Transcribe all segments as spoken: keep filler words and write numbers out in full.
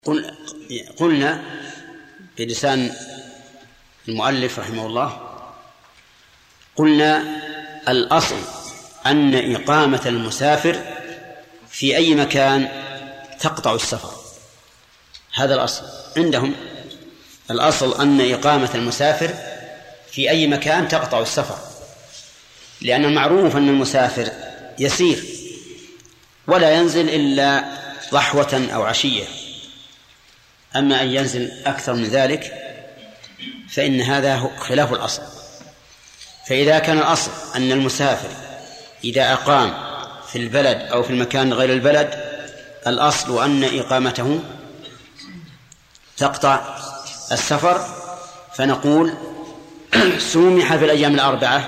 قل قلنا بلسان المؤلف رحمه الله، قلنا الأصل أن إقامة المسافر في أي مكان تقطع السفر. هذا الأصل عندهم، الأصل أن إقامة المسافر في أي مكان تقطع السفر، لأن المعروف أن المسافر يسير ولا ينزل إلا ضحوة أو عشية، أما أن ينزل أكثر من ذلك فإن هذا خلاف الأصل. فإذا كان الأصل أن المسافر إذا أقام في البلد أو في المكان غير البلد، الأصل أن إقامته تقطع السفر، فنقول سومح في الأيام الأربعة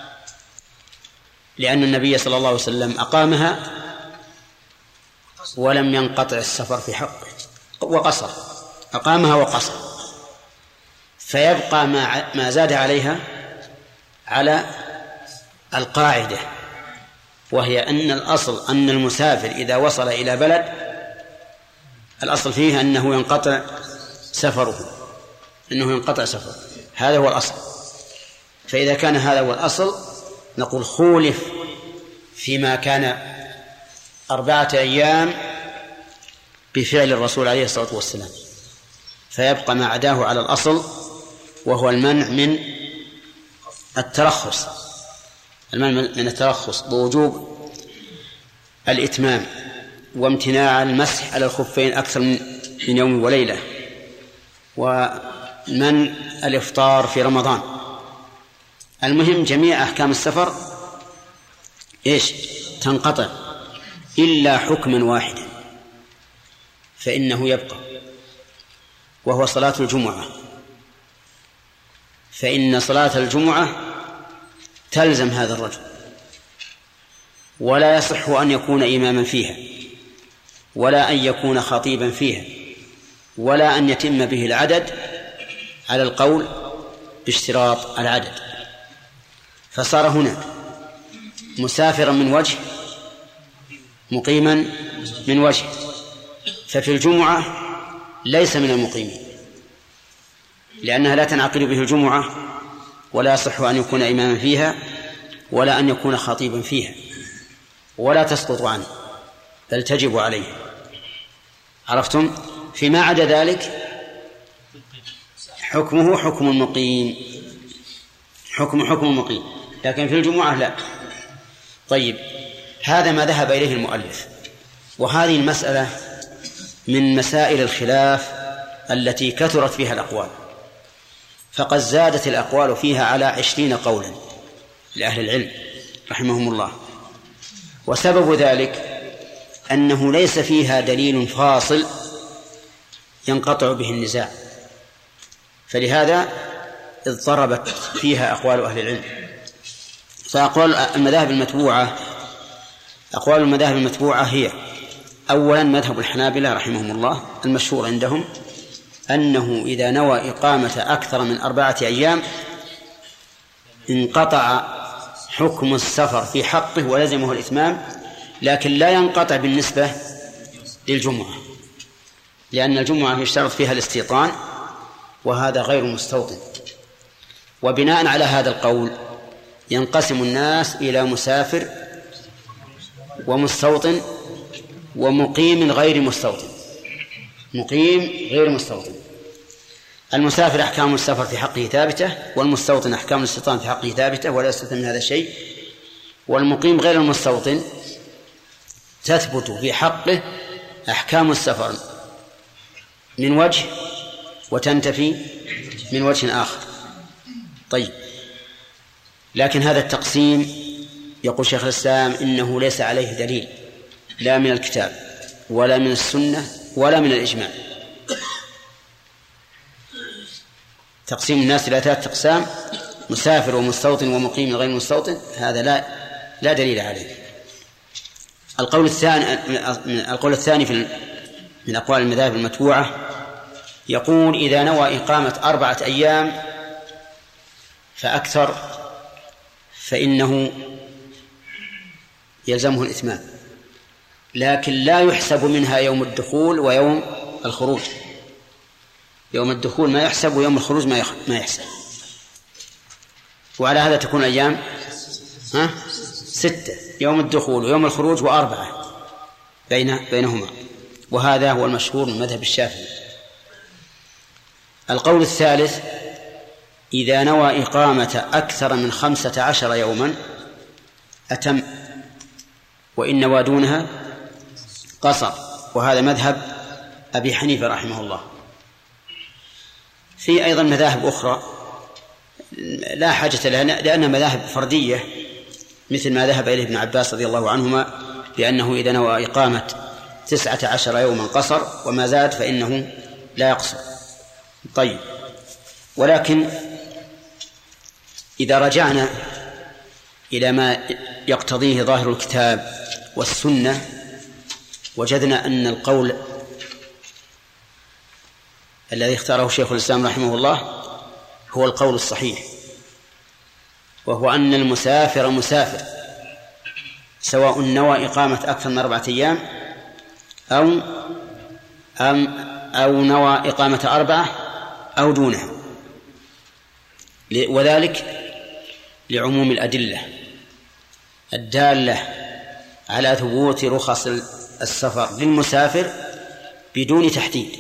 لأن النبي صلى الله عليه وسلم أقامها ولم ينقطع السفر في حقه وقصر، أقامها وقصر، فيبقى ما ما زاد عليها على القاعدة، وهي أن الأصل أن المسافر إذا وصل إلى بلد الأصل فيه أنه ينقطع سفره، أنه ينقطع سفره، هذا هو الأصل. فإذا كان هذا هو الأصل نقول خولف فيما كان أربعة أيام بفعل الرسول عليه الصلاة والسلام، فيبقى ما عداه على الأصل، وهو المنع من الترخص، المنع من الترخص بوجوب الإتمام وامتناع المسح على الخفين أكثر من يوم وليلة، ومن الإفطار في رمضان. المهم جميع أحكام السفر إيش تنقطع إلا حكما واحدا فإنه يبقى، وهو صلاة الجمعة، فإن صلاة الجمعة تلزم هذا الرجل، ولا يصح أن يكون إماما فيها، ولا أن يكون خطيبا فيها، ولا أن يتم به العدد على القول باشتراط العدد. فصار هنا مسافرا من وجه، مقيما من وجه، ففي الجمعة ليس من المقيمين لأنها لا تنعقد به الجمعة، ولا يصح أن يكون إماما فيها، ولا أن يكون خطيبا فيها، ولا تسقط عنه بل تجب عليه. عرفتم؟ فيما عدا ذلك حكمه حكم المقيم، حكم حكم المقيم، لكن في الجمعة لا. طيب، هذا ما ذهب إليه المؤلف، وهذه المسألة من مسائل الخلاف التي كثرت فيها الأقوال، فقد زادت الأقوال فيها على عشرين قولا لأهل العلم رحمهم الله، وسبب ذلك أنه ليس فيها دليل فاصل ينقطع به النزاع، فلهذا اضطربت فيها أقوال أهل العلم. فأقوال المذاهب المتبوعة أقوال المذاهب المتبوعة هي: أولا مذهب الحنابلة رحمهم الله المشهور عندهم أنه إذا نوى إقامة أكثر من أربعة أيام انقطع حكم السفر في حقه ولزمه الإتمام، لكن لا ينقطع بالنسبة للجمعة، لأن الجمعة يشترط فيها الاستيطان وهذا غير مستوطن. وبناء على هذا القول ينقسم الناس إلى مسافر ومستوطن ومقيم غير مستوطن. مقيم غير مستوطن، المسافر أحكام السفر في حقه ثابتة، والمستوطن أحكام الاستيطان في حقه ثابتة ولا يستثنى من هذا الشيء. والمقيم غير المستوطن تثبت في حقه أحكام السفر من وجه وتنتفي من وجه آخر. طيب، لكن هذا التقسيم يقول شيخ الإسلام إنه ليس عليه دليل لا من الكتاب ولا من السنة ولا من الإجماع. تقسيم الناس إلى ثلاثة أقسام: مسافر ومستوطن ومقيم غير مستوطن، هذا لا لا دليل عليه. القول الثاني القول الثاني في من أقوال المذاهب المتبوعة يقول: إذا نوى إقامة أربعة أيام فأكثر فإنه يلزمه الإتمام، لكن لا يحسب منها يوم الدخول ويوم الخروج. يوم الدخول ما يحسب ويوم الخروج ما ما يحسب. وعلى هذا تكون الأيام ها ستة، يوم الدخول ويوم الخروج وأربعة بين بينهما، وهذا هو المشهور من مذهب الشافعي. القول الثالث: إذا نوى إقامة أكثر من خمسة عشر يوما أتم، وإن نوى دونها قصر، وهذا مذهب أبي حنيفة رحمه الله. في أيضا مذاهب أخرى لا حاجة لها لأنها مذاهب فردية، مثل ما ذهب إليه ابن عباس رضي الله عنهما بأنه إذا نوى إقامة تسعة عشر يوما قصر، وما زاد فإنه لا يقصر. طيب، ولكن إذا رجعنا إلى ما يقتضيه ظاهر الكتاب والسنة وجدنا أن القول الذي اختاره شيخ الإسلام رحمه الله هو القول الصحيح، وهو أن المسافر مسافر سواء نوى إقامة أكثر من أربعة أيام أو أم أو نوى إقامة أربعة أو دونها، وذلك لعموم الأدلة الدالة على ثبوت رخص السفر للمسافر بدون تحديد.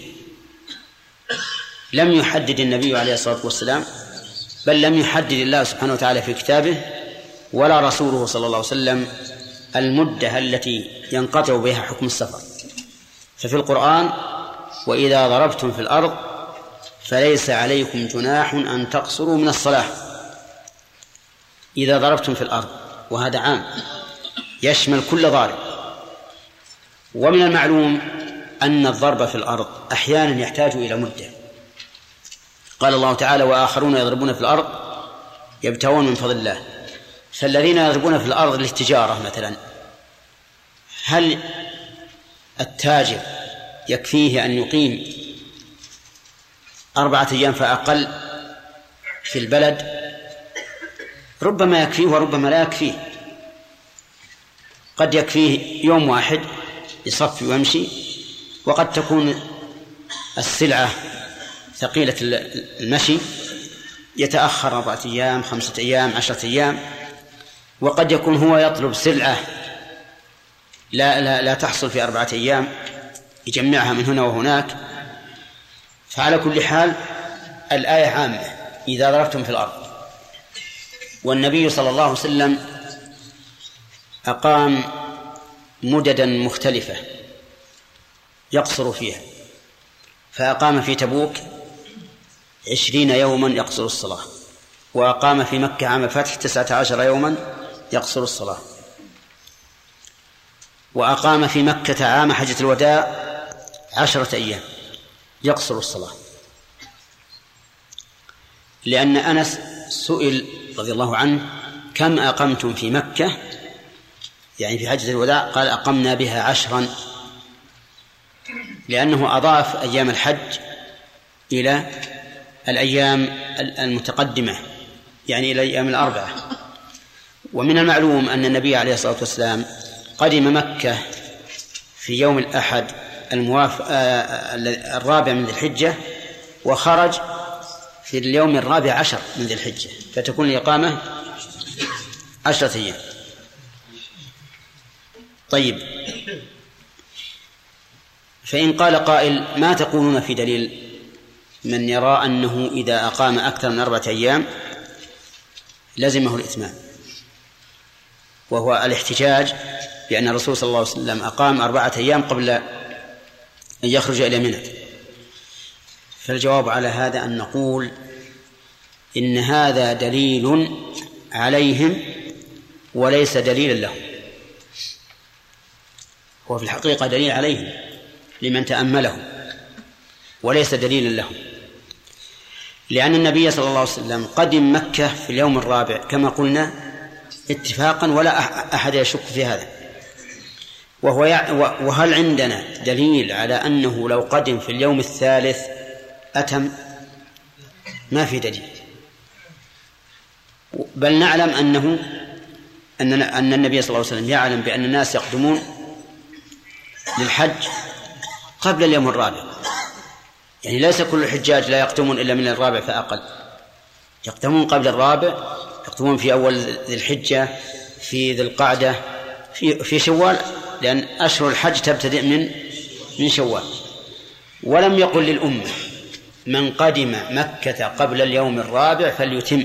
لم يحدد النبي عليه الصلاة والسلام، بل لم يحدد الله سبحانه وتعالى في كتابه ولا رسوله صلى الله عليه وسلم المدة التي ينقطع بها حكم السفر. ففي القرآن: وإذا ضربتم في الأرض فليس عليكم جناح أن تقصروا من الصلاة. إذا ضربتم في الأرض، وهذا عام يشمل كل ضارب. ومن المعلوم أن الضرب في الأرض أحيانا يحتاج إلى مدة. قال الله تعالى: وآخرون يضربون في الأرض يبتغون من فضل الله. فالذين يضربون في الأرض للتجارة مثلا، هل التاجر يكفيه أن يقيم أربعة أيام فأقل في البلد؟ ربما يكفيه وربما لا يكفيه. قد يكفيه يوم واحد يصفي ويمشي، وقد تكون السلعة ثقيلة المشي يتأخر أربعة أيام خمسة أيام عشرة أيام، وقد يكون هو يطلب سلعة لا, لا, لا تحصل في أربعة أيام يجمعها من هنا وهناك. فعلى كل حال الآية عامة: إذا ضربتم في الأرض. والنبي صلى الله عليه وسلم أقام مددا مختلفة يقصر فيها، فأقام في تبوك عشرين يوما يقصر الصلاة، وأقام في مكة عام الفتح تسعة عشر يوما يقصر الصلاة، وأقام في مكة عام حجة الوداع عشرة أيام يقصر الصلاة. لأن أنس سئل رضي الله عنه: كم أقمتم في مكة يعني في حجة الوداع؟ قال: أقمنا بها عشرا، لأنه أضاف أيام الحج إلى الأيام المتقدمة، يعني إلى الأيام الأربعة. ومن المعلوم أن النبي عليه الصلاة والسلام قدم مكة في يوم الأحد الموافق الرابع من ذي الحجة، وخرج في اليوم الرابع عشر من ذي الحجة، فتكون الإقامة عشرة أيام. طيب، فإن قال قائل: ما تقولون في دليل من يرى أنه إذا أقام أكثر من أربعة أيام لزمه الإتمام؟ وهو الاحتجاج بأن الرسول صلى الله عليه وسلم أقام أربعة أيام قبل أن يخرج إلى منى. فالجواب على هذا أن نقول إن هذا دليل عليهم وليس دليلا لهم. هو في الحقيقة دليل عليهم لمن تأمله، وليس دليلا لهم، لأن النبي صلى الله عليه وسلم قدم مكة في اليوم الرابع كما قلنا اتفاقا، ولا أحد يشك في هذا. وهو يع... وهل عندنا دليل على أنه لو قدم في اليوم الثالث أتم؟ ما في دليل، بل نعلم أنه أن أن النبي صلى الله عليه وسلم يعلم بأن الناس يقدمون للحج قبل اليوم الرابع، يعني ليس كل الحجاج لا يقدمون إلا من الرابع فأقل، يقدمون قبل الرابع، يقدمون في أول ذي الحجة، في ذي القعدة، في في شوال، لأن أشهر الحج تبتدئ من من شوال. ولم يقل للأمة من قدم مكة قبل اليوم الرابع فليتم.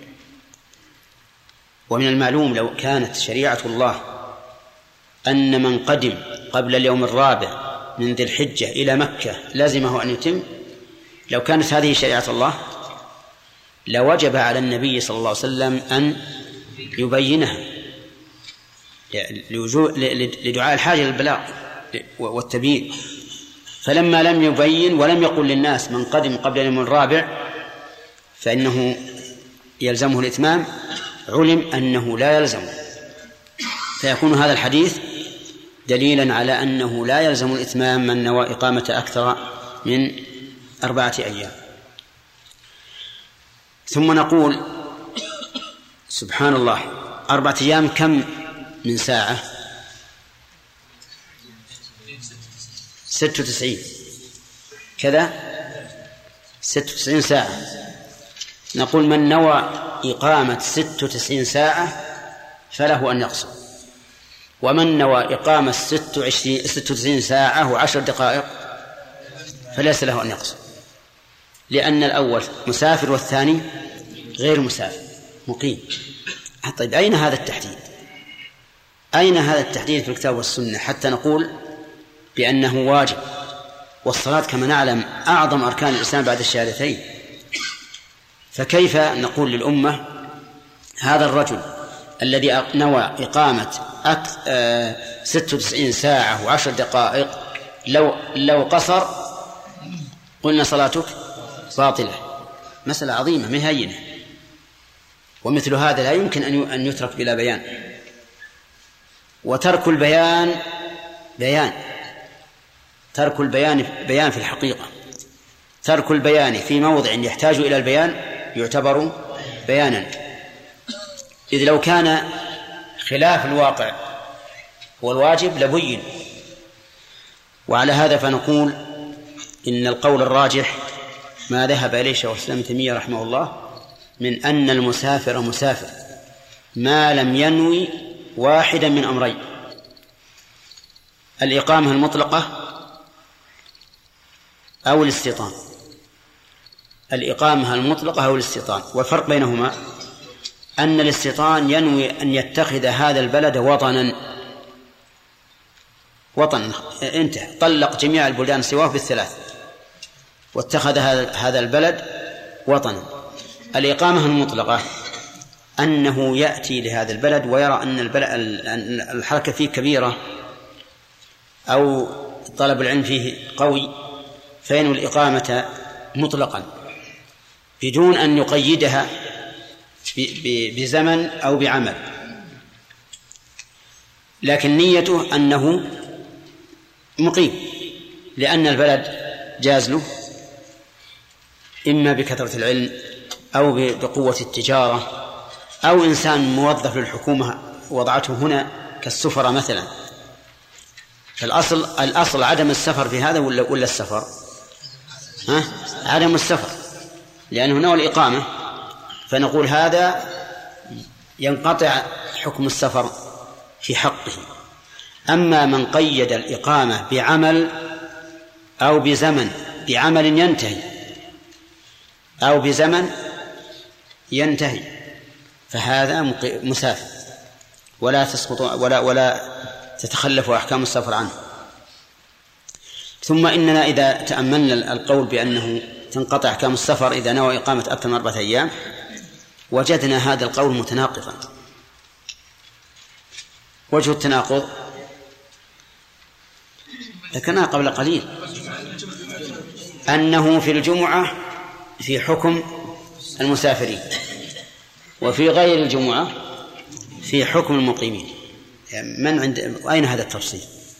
ومن المعلوم لو كانت شريعة الله أن من قدم قبل اليوم الرابع من ذي الحجة إلى مكة لازمه أن يتم، لو كانت هذه شريعة الله لوجب على النبي صلى الله عليه وسلم أن يبينها لدعاء الحاجة للبلاغ والتبيين. فلما لم يبين ولم يقل للناس من قدم قبل اليوم الرابع فإنه يلزمه الإتمام، علم أنه لا يلزم، فيكون هذا الحديث دليلا على أنه لا يلزم الإتمام من نوى إقامة أكثر من أربعة أيام. ثم نقول سبحان الله، أربعة أيام كم من ساعة؟ ست وتسعين كذا، ست وتسعين ساعة. نقول من نوى إقامة ست وتسعين ساعة فله أن يقصر، ومن نوى إقامة ست وتسعين ساعة وعشر دقائق فليس له أن يقصر، لأن الأول مسافر والثاني غير مسافر مقيم. طيب أين هذا التحديد؟ أين هذا التحديد في الكتاب والسنة حتى نقول بأنه واجب؟ والصلاة كما نعلم أعظم أركان الإسلام بعد الشهادتين، فكيف نقول للأمة هذا الرجل الذي نوى إقامة ست وتسعين ساعة وعشر دقائق لو لو قصر قلنا صلاتك باطلة؟ مسألة عظيمة من هينة، ومثل هذا لا يمكن أن يترك بلا بيان. وترك البيان بيان، ترك البيان بيان في الحقيقة، ترك البيان في موضع يحتاج إلى البيان يعتبر بيانا، إذ لو كان خلاف الواقع هو الواجب لبين. وعلى هذا فنقول إن القول الراجح ما ذهب إليه شيخ الإسلام ابن تيمية رحمه الله من أن المسافر مسافر ما لم ينوي واحدا من أمرين: الإقامة المطلقة أو الاستيطان. الإقامة المطلقة أو الاستيطان، والفرق بينهما أن الاستيطان ينوي أن يتخذ هذا البلد وطنا، وطن انتهى، طلق جميع البلدان سواه بالثلاث واتخذ هذا البلد وطنا. الإقامة المطلقة أنه يأتي لهذا البلد ويرى أن البلد الحركة فيه كبيرة أو طلب العلم فيه قوي فينوي الإقامة مطلقا بدون أن يقيدها بزمن أو بعمل، لكن نيته أنه مقيم، لأن البلد جاز له إما بكثرة العلم أو بقوة التجارة أو إنسان موظف للحكومة وضعته هنا كالسفرة مثلا. فالأصل الأصل عدم السفر في هذا ولا ولا السفر؟ ها؟ عدم السفر، لأنه نوى الإقامة، فنقول هذا ينقطع حكم السفر في حقه. أما من قيد الإقامة بعمل أو بزمن، بعمل ينتهي أو بزمن ينتهي، فهذا مسافر ولا تسقط ولا ولا تتخلف أحكام السفر عنه. ثم إننا إذا تأملنا القول بأنه تنقطع أحكام السفر إذا نوى إقامة أكثر من أربعة أيام وجدنا هذا القول متناقضا. وجه التناقض ذكرناه قبل قليل، أنه في الجمعة في حكم المسافرين وفي غير الجمعة في حكم المقيمين. من عند أين هذا التفصيل؟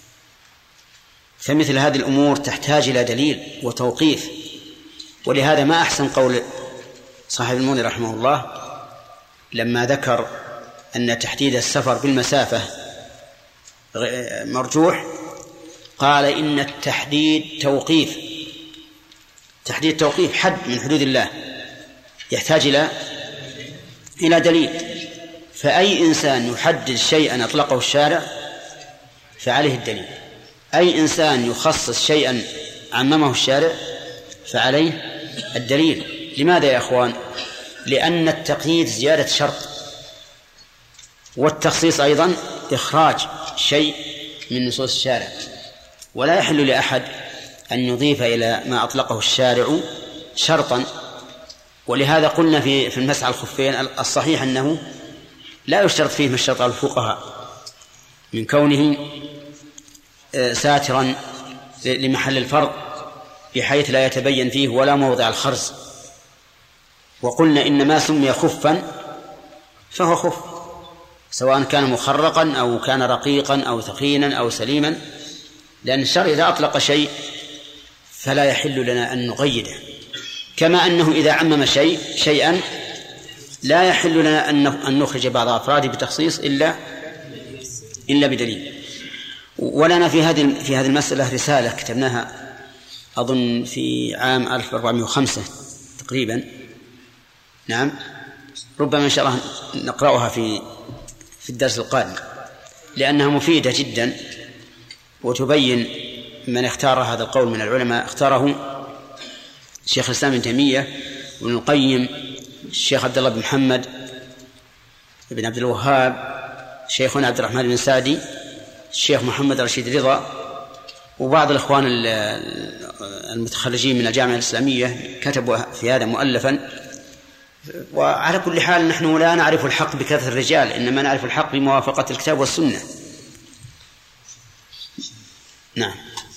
فمثل هذه الأمور تحتاج إلى دليل وتوقيف. ولهذا ما أحسن قول صاحب المغني رحمه الله لما ذكر أن تحديد السفر بالمسافة مرجوح، قال إن التحديد توقيف، تحديد توقيف حد من حدود الله يحتاج إلى إلى دليل. فأي إنسان يحدد شيئا أطلقه الشارع فعليه الدليل، أي إنسان يخصص شيئا عممه الشارع فعليه الدليل. لماذا يا أخوان؟ لأن التقييد زيادة شرط، والتخصيص أيضا إخراج شيء من نصوص الشارع، ولا يحل لأحد أن يضيف إلى ما أطلقه الشارع شرطا. ولهذا قلنا في في المسح على الخفين الصحيح أنه لا يشترط فيه ما اشترطه الفقهاء من كونه ساترا لمحل الفرض بحيث لا يتبين فيه ولا موضع الخرز. وقلنا إن ما سمي خفا فهو خف، سواء كان مخرقا أو كان رقيقا أو ثقيلا أو سليما، لأن الشرع إذا أطلق شيء فلا يحل لنا أن نقيده، كما أنه إذا عمم شيء شيئا لا يحل لنا أن نخرج بعض أفراده بتخصيص إلا إلا بدليل. ولنا في هذه في هذه المسألة رسالة كتبناها أظن في عام ألف وأربعمائة وخمسة تقريبا، نعم ربما إن شاء الله نقرأها في في الدرس القادم، لأنها مفيدة جدا وتبين من اختار هذا القول من العلماء. اختاره شيخ الإسلام ابن تيمية وابن القيم، الشيخ عبد الله بن محمد بن عبد الوهاب، شيخنا عبد الرحمن بن سعدي، الشيخ محمد رشيد رضا، وبعض الإخوان المتخرجين من الجامعة الإسلامية كتبوا في هذا مؤلفا. وعلى كل حال نحن لا نعرف الحق بكثرة الرجال، إنما نعرف الحق بموافقة الكتاب والسنة. نعم.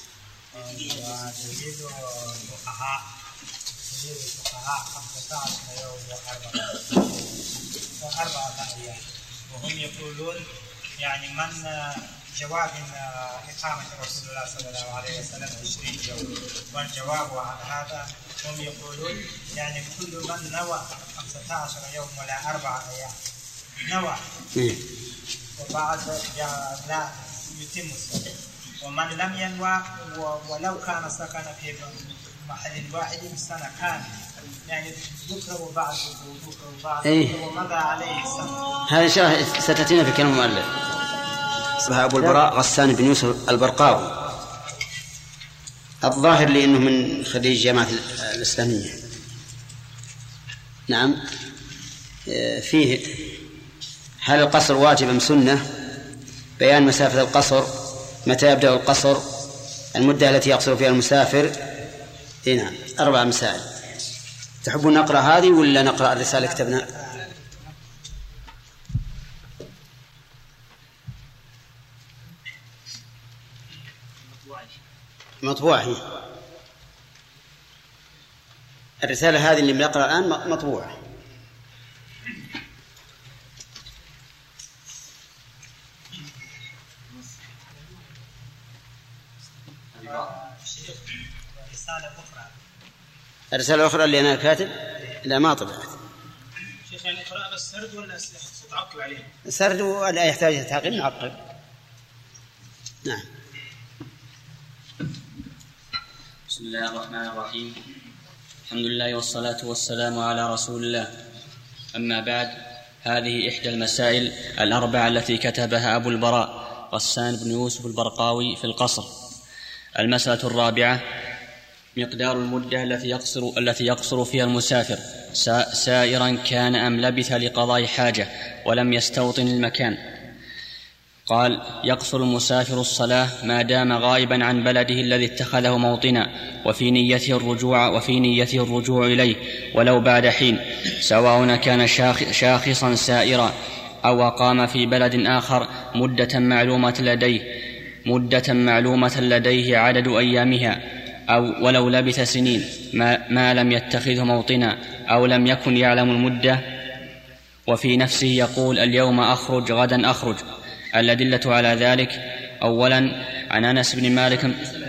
وهم يقولون يعني من جواب إقامة رسول الله صلى الله عليه وسلم عشرين يوم، والجواب عن هذا هم يقولون يعني كل من نوى خمسة عشر يوم ولا أربعة أيام نوى وبعد لا يتم الصلاة، ومن لم ينوى ولو كان سكن في محل واحد سنة كان يعني بكرة وبعد بكرة وبعد ومضى عليه سنة. هذه شرح ستأتينا في كلام المؤلف اسمها أبو البراء غسان بن يوسف البرقاوي، الظاهر لي أنه من خريج جامعة الإسلامية. نعم. فيه هل القصر واجب أم سنة؟ بيان مسافة القصر، متى يبدأ القصر، المدة التي يقصر فيها المسافر. نعم، أربع مسائل. تحبون نقرأ هذه ولا نقرأ الرسالة كتبنا؟ مطبوعة. الرسالة هذه اللي بنقرأ الآن مطبوعة. الرسالة الأخرى اللي أنا كاتب لا ما طبعت. شيخ يعني اقرأ بس سرد ولا تعقب عليه؟ سرد ولا يحتاج تعقيب نعقب. نعم. بسم الله الرحمن الرحيم، الحمد لله والصلاة والسلام على رسول الله. أما بعد، هذه إحدى المسائل الأربعة التي كتبها أبو البراء غسان بن يوسف البرقاوي في القصر. المسألة الرابعة: مقدار المدة التي يقصر التي يقصر فيها المسافر سائرا كان أم لبث لقضاء حاجة ولم يستوطن المكان. قال: يقصر المسافر الصلاة ما دام غائبا عن بلده الذي اتخذه موطنا، وفي نيته الرجوع وفي نيته الرجوع إليه ولو بعد حين، سواء كان شاخصا سائرا أو أقام في بلد آخر مدة معلومة لديه مدة معلومة لديه عدد أيامها، أو ولو لبث سنين ما, ما لم يتخذه موطنا أو لم يكن يعلم المدة، وفي نفسه يقول اليوم أخرج غدا أخرج. الأدلة على ذلك: أولا عن أنس بن مالك.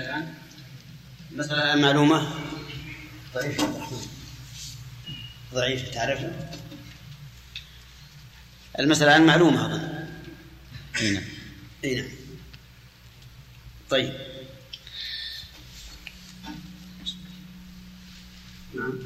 مثلا معلومة ضعيف ضعيف تعرفه المسألة عن معلومة أظن. نعم. نعم. طيب، نعم.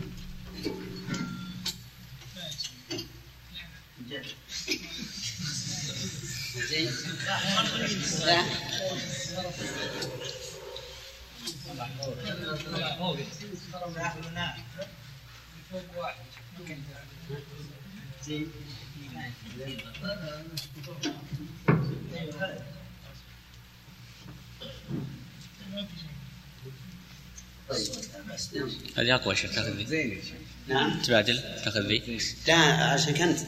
هذه أقوى شيء تأخذ ذي. نعم. تبادل تأخذ ذي. لا عشان كنت.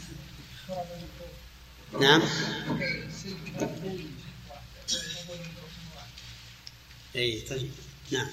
نعم. أي طيب. نعم.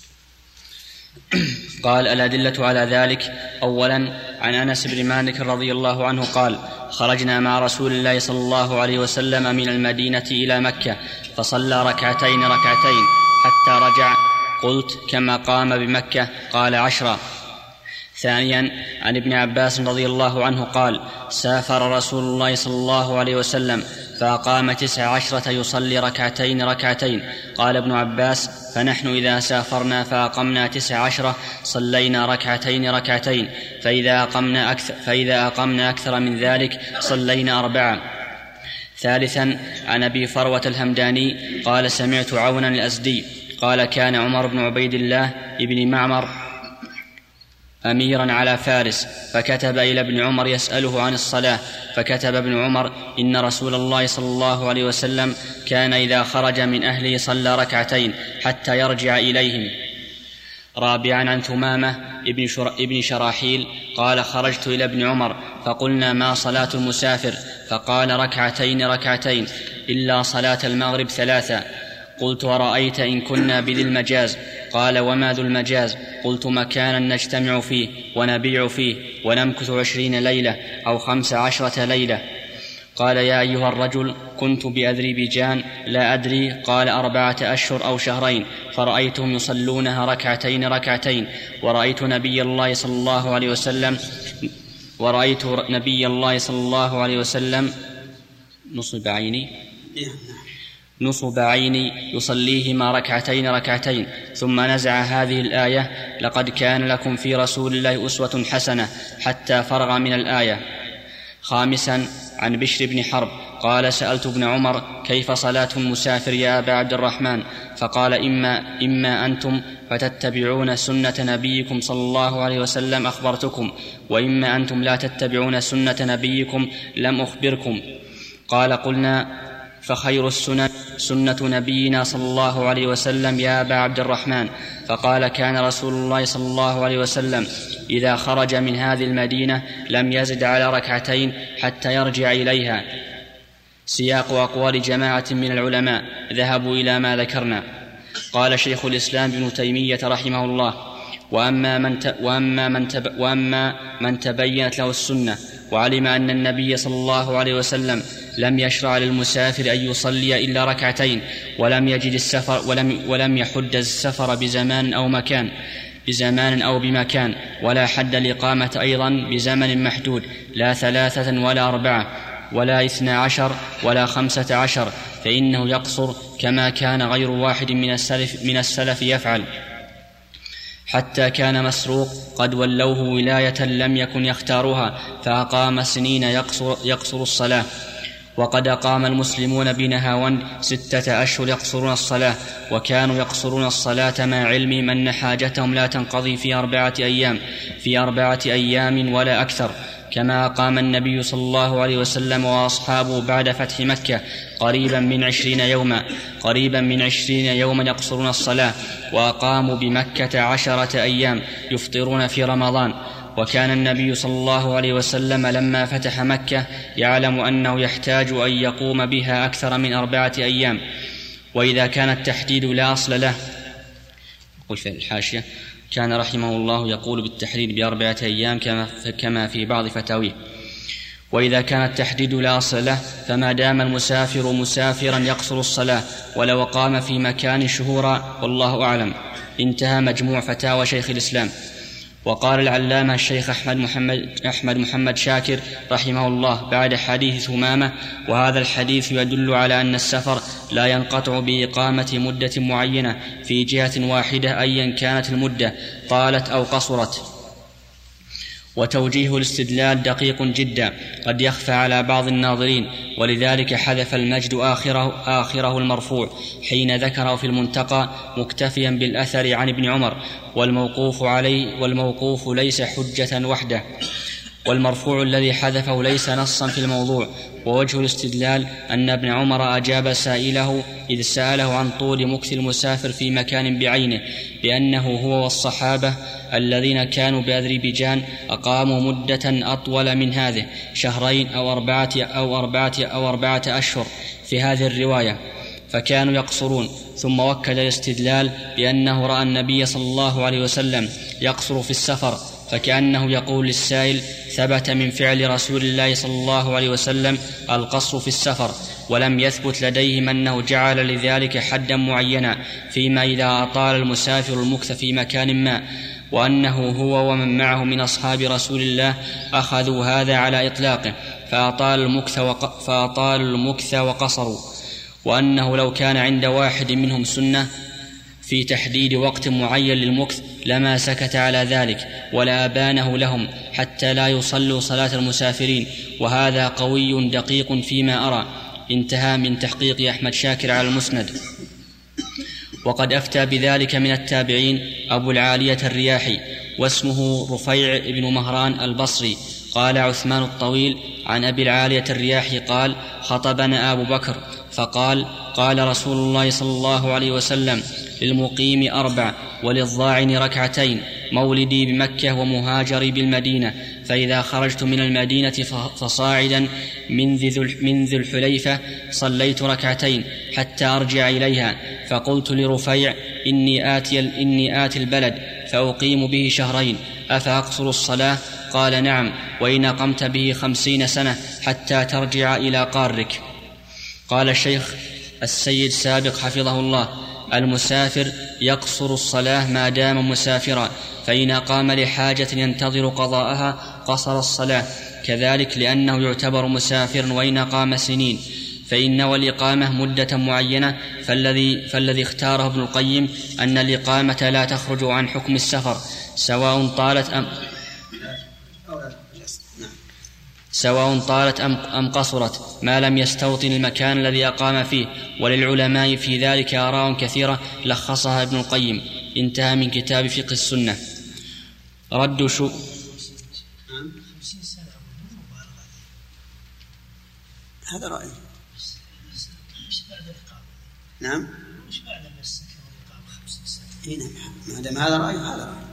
قال الأدلة على ذلك: أولا عن أنس بن مالك رضي الله عنه قال: خرجنا مع رسول الله صلى الله عليه وسلم من المدينة إلى مكة فصلى ركعتين ركعتين حتى رجع. قلت: كما قام بمكة؟ قال: عشرا. ثانيا عن ابن عباس رضي الله عنه قال: سافر رسول الله صلى الله عليه وسلم فأقام تسع عشرة يصلي ركعتين ركعتين. قال ابن عباس: فنحن إذا سافرنا فأقمنا تسع عشرة صلينا ركعتين ركعتين، فإذا أقمنا أكثر, فإذا أقمنا أكثر من ذلك صلينا أربعة. ثالثا عن أبي فروة الهمداني قال: سمعت عونا الأزدي قال: كان عمر بن عبيد الله ابن معمر أميرا على فارس، فكتب إلى ابن عمر يسأله عن الصلاة، فكتب ابن عمر: إن رسول الله صلى الله عليه وسلم كان إذا خرج من أهله صلى ركعتين حتى يرجع إليهم. رابعا عن ثمامة ابن, شر... ابن شراحيل قال: خرجت إلى ابن عمر فقلنا: ما صلاة المسافر؟ فقال: ركعتين ركعتين إلا صلاة المغرب ثلاثة. قلت: ورأيت إن كنا بذي المجاز؟ قال: وما ذو المجاز؟ قلت: مكانا نجتمع فيه ونبيع فيه ونمكث عشرين ليلة أو خمس عشرة ليلة. قال: يا أيها الرجل، كنت بأذربيجان لا أدري. قال: أربعة أشهر أو شهرين، فرأيتهم يصلونها ركعتين ركعتين، ورأيت نبي الله صلى الله عليه وسلم ورأيت نبي الله صلى الله عليه وسلم نصب عيني نصب عيني يصليهما ركعتين ركعتين. ثم نزع هذه الآية: لقد كان لكم في رسول الله أسوة حسنة، حتى فرغ من الآية. خامسا عن بشر بن حرب قال: سألت ابن عمر: كيف صلاة المسافر يا أبا عبد الرحمن؟ فقال: إما, إما أنتم فتتبعون سنة نبيكم صلى الله عليه وسلم أخبرتكم، وإما أنتم لا تتبعون سنة نبيكم لم أخبركم. قال: قلنا: فخير السنن سنة نبينا صلى الله عليه وسلم يا أبا عبد الرحمن. فقال: كان رسول الله صلى الله عليه وسلم إذا خرج من هذه المدينة لم يزد على ركعتين حتى يرجع إليها. سياق أقوال جماعة من العلماء ذهبوا إلى ما ذكرنا. قال شيخ الإسلام ابن تيمية رحمه الله: وأما من, ت... وأما من, تب... وأما من تبينت له السنة وعلم أن النبي صلى الله عليه وسلم لم يشرع للمسافر أن يصلي إلا ركعتين، ولم يجد السفر ولم, ولم يحد السفر بزمان أو مكان بزمان أو بمكان، ولا حد الإقامة أيضا بزمن محدود، لا ثلاثة ولا أربعة ولا اثنى عشر ولا خمسة عشر، فإنه يقصر كما كان غير واحد من السلف, من السلف يفعل، حتى كان مسروق قد ولوه ولاية لم يكن يختارها، فأقام سنين يقصر, يقصر الصلاة. وقد أقام المسلمون بنهاوند ستة أشهر يقصرون الصلاة، وكانوا يقصرون الصلاة مع علم أن حاجتهم لا تنقضي في أربعة أيام في أربعة أيام ولا أكثر، كما أقام النبي صلى الله عليه وسلم وأصحابه بعد فتح مكة قريبا من عشرين يوما قريبا من عشرين يوما يقصرون الصلاة، وأقاموا بمكة عشرة أيام يفطرون في رمضان. وكان النبي صلى الله عليه وسلم لما فتح مكة يعلم أنه يحتاج أن يقوم بها أكثر من أربعة أيام. وإذا كان التحديد لا أصل له، قل في الحاشية: كان رحمه الله يقول بالتحديد بأربعة أيام كما في بعض فتاويه. وإذا كان التحديد لا أصل له، فما دام المسافر مسافرا يقصر الصلاة ولو قام في مكان شهورا، والله أعلم. انتهى مجموع فتاوى شيخ الإسلام. وقال العلامة الشيخ أحمد محمد, أحمد محمد شاكر رحمه الله بعد حديث ثمامة: وهذا الحديث يدل على أن السفر لا ينقطع بإقامة مدة معينة في جهة واحدة أيا كانت المدة طالت أو قصرت. وتوجيه الاستدلال دقيق جدا قد يخفى على بعض الناظرين، ولذلك حذف المجد آخره, آخره المرفوع حين ذكره في المنتقى مكتفيا بالأثر عن ابن عمر، والموقوف عليه والموقوف ليس حجة وحده، والمرفوع الذي حذفه ليس نصا في الموضوع. ووجه الاستدلال أن ابن عمر أجاب سائله إذ سأله عن طول مكث المسافر في مكان بعينه بأنه هو والصحابة الذين كانوا بأذربيجان أقاموا مدة أطول من هذه، شهرين أو أربعة أو أربعة أو أربعة أشهر في هذه الرواية، فكانوا يقصرون. ثم وكل الاستدلال بأنه رأى النبي صلى الله عليه وسلم يقصر في السفر، فكأنه يقول للسائل: ثبت من فعل رسول الله صلى الله عليه وسلم القصر في السفر، ولم يثبت لديهم أنه جعل لذلك حدا معينا، فيما إذا أطال المسافر المكث في مكان ما، وأنه هو ومن معه من أصحاب رسول الله أخذوا هذا على إطلاقه فأطال المكث, وق... فأطال المكث وقصروا، وأنه لو كان عند واحد منهم سنة في تحديد وقت معين للمكث لما سكت على ذلك ولا أبانه لهم حتى لا يصلوا صلاة المسافرين، وهذا قوي دقيق فيما أرى. انتهى من تحقيق أحمد شاكر على المسند. وقد أفتى بذلك من التابعين أبو العالية الرياحي، واسمه رفيع بن مهران البصري. قال عثمان الطويل عن أبي العالية الرياحي قال: خطبنا أبو بكر فقال: قال رسول الله صلى الله عليه وسلم: للمقيم أربع، وللضاعن ركعتين، مولدي بمكة ومهاجري بالمدينة، فإذا خرجت من المدينة فصاعدا من ذي الحليفة صليت ركعتين حتى أرجع إليها. فقلت لرفيع: إني آتي, إني آتي البلد فأقيم به شهرين، أفأقصر الصلاة؟ قال: نعم، وإن أقمت به خمسين سنة حتى ترجع إلى قارك. قال الشيخ السيد سابق حفظه الله: المسافر يقصر الصلاة ما دام مسافرا، فإن قام لحاجة ينتظر قضاءها قصر الصلاة، كذلك لأنه يعتبر مسافر وإن قام سنين، فإن والإقامة مدة معينة، فالذي, فالذي اختاره ابن القيم أن الإقامة لا تخرج عن حكم السفر سواء طالت أم سواء طالت أم قصرت ما لم يستوطن المكان الذي أقام فيه. وللعلماء في ذلك آراء كثيرة لخصها ابن القيم. انتهى من كتاب فقه السنة. رد شو هذا رأي. نعم ما دام هذا رأي هذا رأي.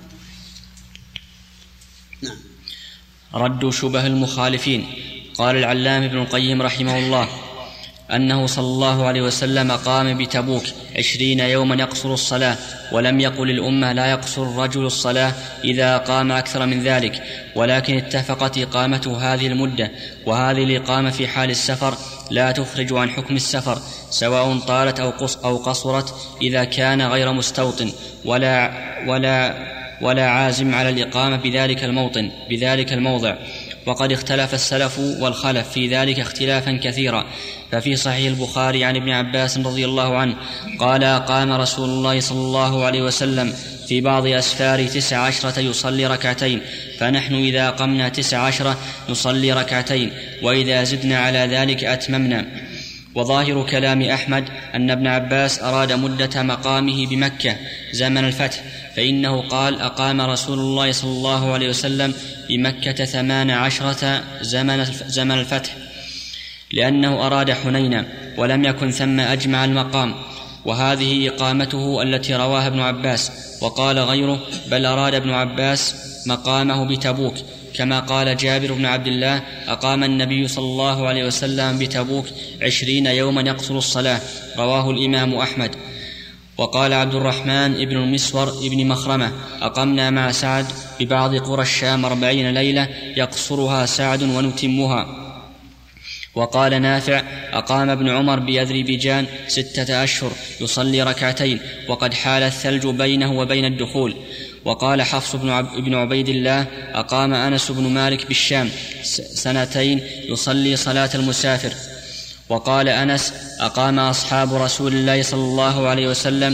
نعم. رد شبه المخالفين. قال العلامة ابن القيم رحمه الله أنه صلى الله عليه وسلم قام بتبوك عشرين يوما يقصر الصلاة، ولم يقل الأمة لا يقصر الرجل الصلاة إذا قام أكثر من ذلك، ولكن اتفقت إقامته هذه المدة، وهذه الإقامة في حال السفر لا تخرج عن حكم السفر سواء طالت أو قصرت إذا كان غير مستوطن ولا, ولا, ولا عازم على الإقامة بذلك الموطن بذلك الموضع. وقد اختلف السلف والخلف في ذلك اختلافا كثيرا. ففي صحيح البخاري عن ابن عباس رضي الله عنه قال: قام رسول الله صلى الله عليه وسلم في بعض أسفار تسع عشرة يصلي ركعتين، فنحن إذا قمنا تسع عشرة نصلي ركعتين، وإذا زدنا على ذلك أتممنا. وظاهر كلام أحمد أن ابن عباس أراد مدة مقامه بمكة زمن الفتح، فإنه قال: أقام رسول الله صلى الله عليه وسلم بمكة ثمان عشرة زمن, زمن الفتح، لأنه أراد حنينا ولم يكن ثم أجمع المقام، وهذه إقامته التي رواها ابن عباس. وقال غيره: بل أراد ابن عباس مقامه بتبوك، كما قال جابر بن عبد الله: أقام النبي صلى الله عليه وسلم بتبوك عشرين يوما يقصر الصلاة، رواه الإمام أحمد. وقال عبد الرحمن ابن المسور ابن مخرمة: أقمنا مع سعد ببعض قرى الشام أربعين ليلة يقصرها سعد ونتمها. وقال نافع: أقام ابن عمر بأذربيجان ستة أشهر يصلي ركعتين، وقد حال الثلج بينه وبين الدخول. وقال حفص بن عبيد الله: أقام أنس بن مالك بالشام سنتين يصلي صلاة المسافر. وقال أنس: أقام أصحاب رسول الله صلى الله عليه وسلم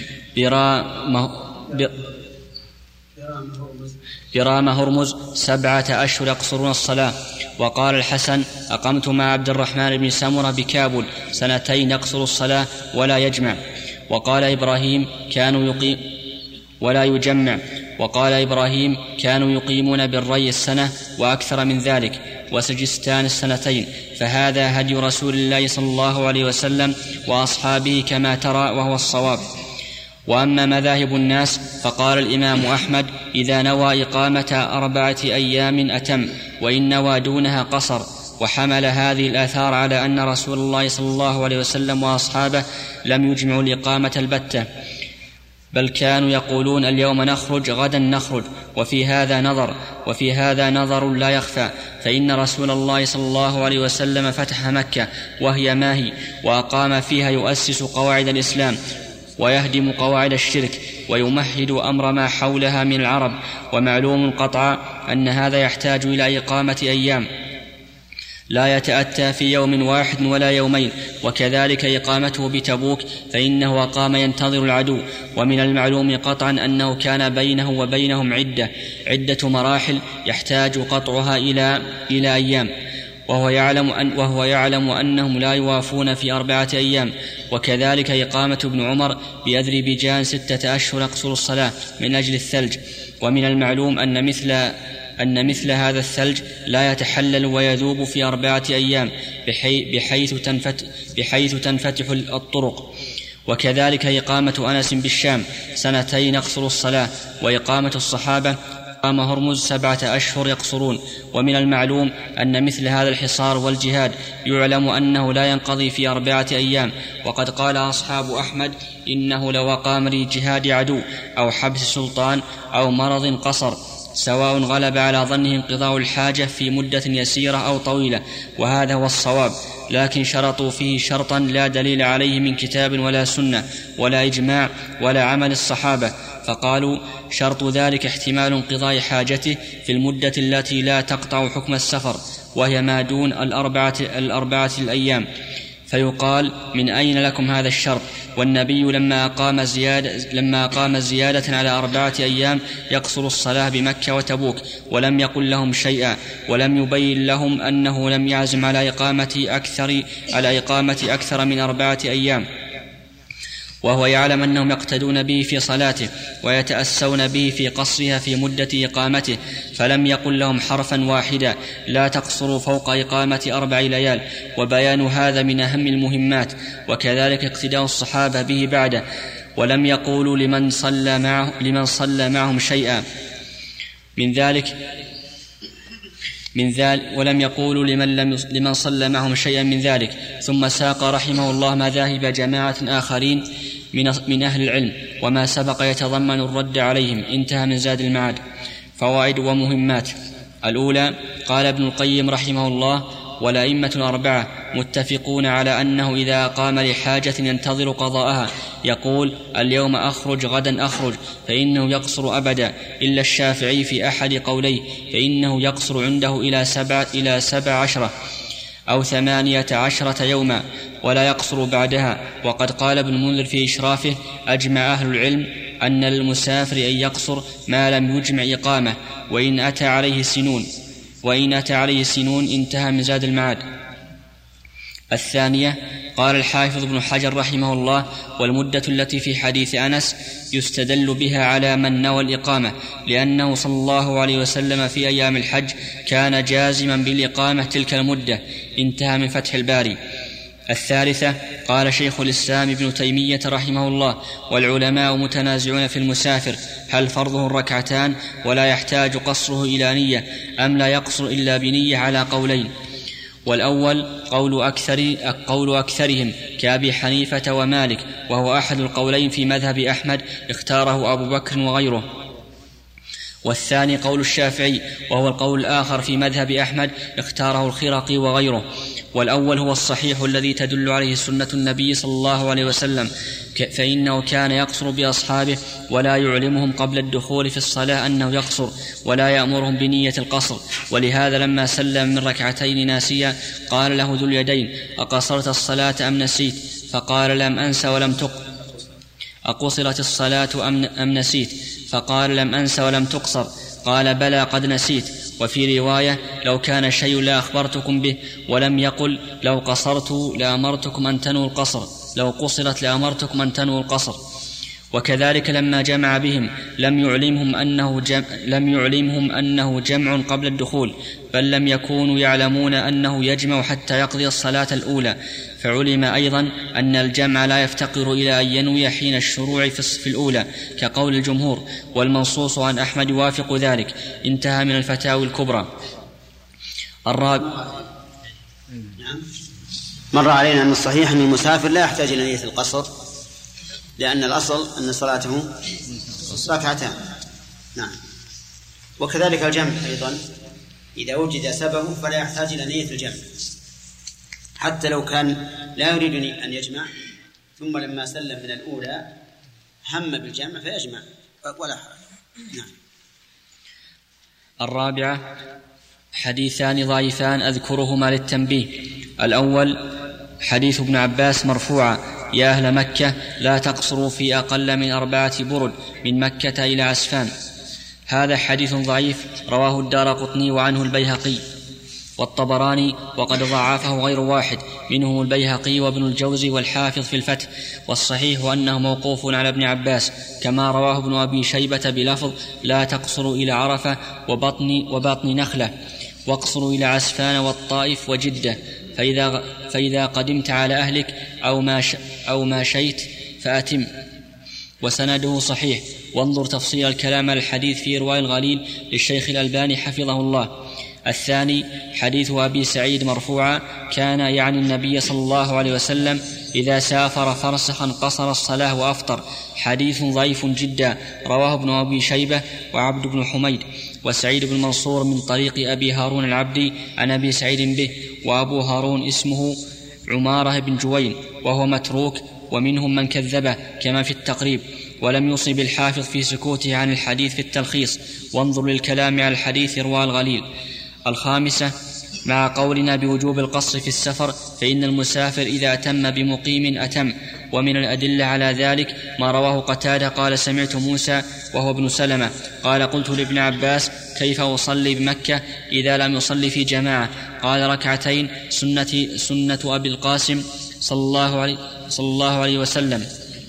برام هرمز سبعة أشهر يقصرون الصلاة. وقال الحسن: أقمت مع عبد الرحمن بن سمرة بكابل سنتين يقصر الصلاة ولا يجمع. وقال إبراهيم: كانوا يقيم ولا يجمع. وقال إبراهيم: كانوا يقيمون بالري السنة وأكثر من ذلك، وسجستان السنتين، فهذا هدي رسول الله صلى الله عليه وسلم وأصحابه كما ترى، وهو الصواب. وأما مذاهب الناس فقال الإمام أحمد: إذا نوى إقامة أربعة أيام أتم، وإن نوى دونها قصر. وحمل هذه الآثار على أن رسول الله صلى الله عليه وسلم وأصحابه لم يجمعوا الإقامة البتة، بل كانوا يقولون: اليوم نخرج، غدا نخرج. وفي هذا نظر وفي هذا نظر لا يخفى، فإن رسول الله صلى الله عليه وسلم فتح مكة وهي ماهي، وأقام فيها يؤسس قواعد الإسلام ويهدم قواعد الشرك ويمهد أمر ما حولها من العرب. ومعلوم قطعا أن هذا يحتاج إلى إقامة أيام لا يتأتى في يوم واحد ولا يومين. وكذلك إقامته بتبوك، فإنه أقام ينتظر العدو. ومن المعلوم قطعا أنه كان بينه وبينهم عدة عدة مراحل يحتاج قطعها إلى إلى أيام، وهو يعلم أن وهو يعلم أنهم لا يوافون في أربعة أيام. وكذلك إقامة ابن عمر بأذربيجان ستة أشهر يقصر الصلاة من أجل الثلج. ومن المعلوم أن مثل أن مثل هذا الثلج لا يتحلل ويذوب في أربعة أيام بحي بحيث, تنفت بحيث تنفتح الطرق. وكذلك إقامة أنس بالشام سنتين يقصر الصلاة. وإقامة الصحابة أقام هرمز سبعة أشهر يقصرون. ومن المعلوم أن مثل هذا الحصار والجهاد يعلم أنه لا ينقضي في أربعة أيام. وقد قال أصحاب أحمد: إنه لو أقام لجهاد عدو أو حبس سلطان أو مرض قصر، سواء غلب على ظنه انقضاء الحاجة في مدة يسيرة أو طويلة، وهذا هو الصواب. لكن شرطوا فيه شرطا لا دليل عليه من كتاب ولا سنة ولا إجماع ولا عمل الصحابة، فقالوا: شرط ذلك احتمال انقضاء حاجته في المدة التي لا تقطع حكم السفر، وهي ما دون الأربعة, الأربعة الأيام. فيقال: من أين لكم هذا الشرط؟ والنبي لما أقام زيادة, لما أقام زيادة على أربعة أيام يقصر الصلاة بمكة وتبوك، ولم يقل لهم شيئا، ولم يبين لهم أنه لم يعزم على إقامة أكثر, على إقامة أكثر من أربعة أيام، وهو يعلم أنهم يقتدون به في صلاته ويتأسون به في قصرها في مدة إقامته، فلم يقل لهم حرفا واحدا: لا تقصروا فوق إقامة أربع ليال. وبيان هذا من أهم المهمات. وكذلك اقتداء الصحابة به بعده، ولم يقولوا لمن صلى معه لمن صلى معهم شيئا من ذلك من ذلك ولم يقولوا لمن, لم لمن صلى معهم شيئا من ذلك. ثم ساق رحمه الله مذاهب جماعة آخرين من, من أهل العلم، وما سبق يتضمن الرد عليهم. انتهى من زاد المعاد. فوائد ومهمات. الأولى: قال ابن القيم رحمه الله: والأئمة الأربعة متفقون على أنه إذا قام لحاجة ينتظر قضاءها يقول: اليوم أخرج، غدا أخرج، فإنه يقصر أبدا، إلا الشافعي في أحد قوليه، فإنه يقصر عنده إلى سبع, إلى سبع عشرة أو ثمانية عشرة يوما، ولا يقصر بعدها. وقد قال ابن المنذر في إشرافه: أجمع أهل العلم أن للمسافر أن يقصر ما لم يجمع إقامة، وإن أتى عليه سنون وإن أتى عليه سنون. انتهى من زاد المعاد. الثانية: قال الحافظ ابن حجر رحمه الله: والمدة التي في حديث أنس يستدل بها على من نوى الإقامة، لأنه صلى الله عليه وسلم في أيام الحج كان جازما بالإقامة تلك المدة. انتهى من فتح الباري. الثالثة: قال شيخ الإسلام ابن تيمية رحمه الله: والعلماء متنازعون في المسافر هل فرضه الركعتان ولا يحتاج قصره إلى نية، أم لا يقصر إلا بنية، على قولين. والأول قول, أكثر قول أكثرهم كأبي حنيفة ومالك، وهو أحد القولين في مذهب أحمد اختاره أبو بكر وغيره. والثاني قول الشافعي، وهو القول الآخر في مذهب أحمد اختاره الخرقي وغيره. والأول هو الصحيح الذي تدل عليه سنة النبي صلى الله عليه وسلم، فإنه كان يقصر بأصحابه ولا يعلمهم قبل الدخول في الصلاة أنه يقصر ولا يأمرهم بنية القصر. ولهذا لما سلم من ركعتين ناسيا قال له ذو اليدين: أقصرت الصلاة أم نسيت؟ فقال: لم أنس ولم تق أقصرت الصلاة أم نسيت؟ فقال: لم أنس ولم تقصر. قال: بلى قد نسيت. وفي رواية: لو كان شيء لا أخبرتكم به. ولم يقل: لو قصرت لأمرتكم أن تنووا القصر، لو قصرت لأمرتكم أن تنووا القصر. وكذلك لما جمع بهم لم يعلمهم أنه, جمع لم يعلمهم أنه جمع قبل الدخول، بل لم يكونوا يعلمون أنه يجمع حتى يقضي الصلاة الأولى. فعلم أيضا أن الجمع لا يفتقر إلى أن ينوي حين الشروع في الأولى كقول الجمهور، والمنصوص عن أحمد يوافق ذلك. انتهى من الفتاوي الكبرى. الرابع: مر علينا أن الصحيح أن المسافر لا يحتاج إلى نية القصر، لأن الأصل أن صلاته ركعتان. نعم. وكذلك الجمع أيضا إذا وجد سببه فلا يحتاج إلى نية الجمع، حتى لو كان لا يريد أن يجمع ثم لما سلم من الأولى هم بالجمع فيجمع ولا حرج. نعم. الرابعة: حديثان ضعيفان أذكرهما للتنبيه. الأول حديث ابن عباس مرفوعا: يا أهل مكة لا تقصروا في أقل من أربعة برد من مكة إلى عسفان. هذا حديث ضعيف رواه الدارقطني وعنه البيهقي والطبراني، وقد ضعفه غير واحد منهم البيهقي وابن الجوزي والحافظ في الفتح. والصحيح أنه موقوف على ابن عباس، كما رواه ابن أبي شيبة بلفظ: لا تقصروا إلى عرفة وبطن, وبطن نخلة، واقصروا إلى عسفان والطائف وجدة، فإذا, فإذا قدمت على أهلك أو ما, ش أو ما شيت فأتم. وسنده صحيح. وانظر تفصيل الكلام على الحديث في إرواء الغليل للشيخ الألباني حفظه الله. الثاني حديث أبي سعيد مرفوعا: كان يعني النبي صلى الله عليه وسلم إذا سافر فرسخا قصر الصلاة وأفطر. حديث ضعيف جدا، رواه ابن أبي شيبة وعبد بن حميد وسعيد بن منصور من طريق أبي هارون العبدي عن أبي سعيد به، وأبو هارون اسمه عمارة بن جوين وهو متروك، ومنهم من كذبه كما في التقريب. ولم يصب الحافظ في سكوته عن الحديث في التلخيص. وانظر للكلام على الحديث إرواء الغليل. الخامسة: مع قولنا بوجوب القصر في السفر، فإن المسافر إذا أتم بمقيم أتم. ومن الأدلة على ذلك ما رواه قتادة قال: سمعت موسى وهو ابن سلمة قال: قلت لابن عباس: كيف أصلي بمكة إذا لم يصلي في جماعة؟ قال: ركعتين سنة, سنة أبي القاسم صلى الله عليه, صلى الله عليه وسلم.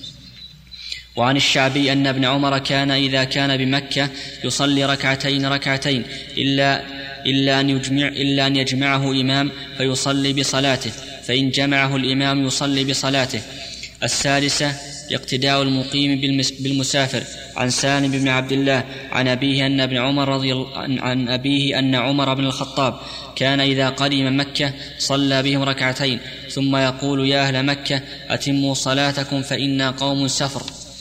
وعن الشعبي أن ابن عمر كان إذا كان بمكة يصلي ركعتين ركعتين إلا, إلا, أن, يجمع إلا أن يجمعه إمام فيصلي بصلاته، فإن جمعه الإمام يصلي بصلاته. السادسة: اقتداء المقيم بالمسافر. عن سالم بن عبد الله عن أبيه أن ابن عمر رضي عن أبيه أن عمر بن الخطاب كان إذا قدم مكة صلى بهم ركعتين ثم يقول: يا أهل مكة أتموا صلاتكم فإنا قوم سفر.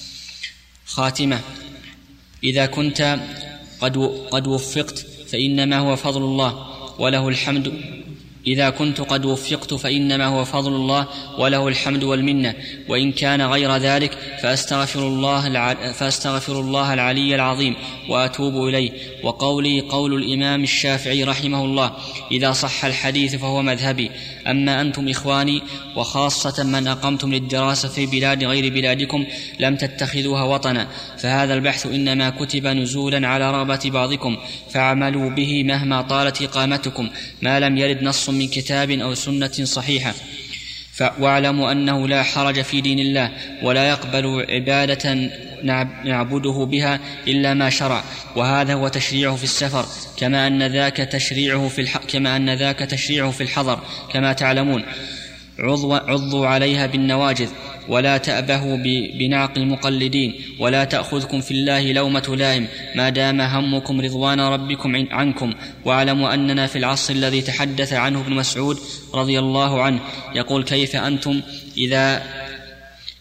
خاتمة: إذا كنت قد قد وفقت فإنما هو فضل الله وله الحمد إذا كنت قد وفقت فإنما هو فضل الله وله الحمد والمنة، وإن كان غير ذلك فأستغفر الله, الع... فأستغفر الله العلي العظيم وأتوب إليه. وقولي قول الإمام الشافعي رحمه الله: إذا صح الحديث فهو مذهبي. أما أنتم إخواني وخاصة من أقمتم للدراسة في بلاد غير بلادكم لم تتخذوها وطنا، فهذا البحث إنما كتب نزولا على رغبة بعضكم، فاعملوا به مهما طالت إقامتكم ما لم يرد نص من كتاب أو سنة صحيحة. واعلموا أنه لا حرج في دين الله، ولا يقبل عبادة نعبده بها إلا ما شرع، وهذا هو تشريعه في السفر كما أن ذاك تشريعه في الح... كما أن ذاك تشريعه في الحضر كما تعلمون. عضوا عليها بالنواجذ ولا تأبهوا بنعق المقلدين، ولا تأخذكم في الله لومة لائم ما دام همكم رضوان ربكم عنكم. واعلموا أننا في العصر الذي تحدث عنه ابن مسعود رضي الله عنه يقول: كيف أنتم إذا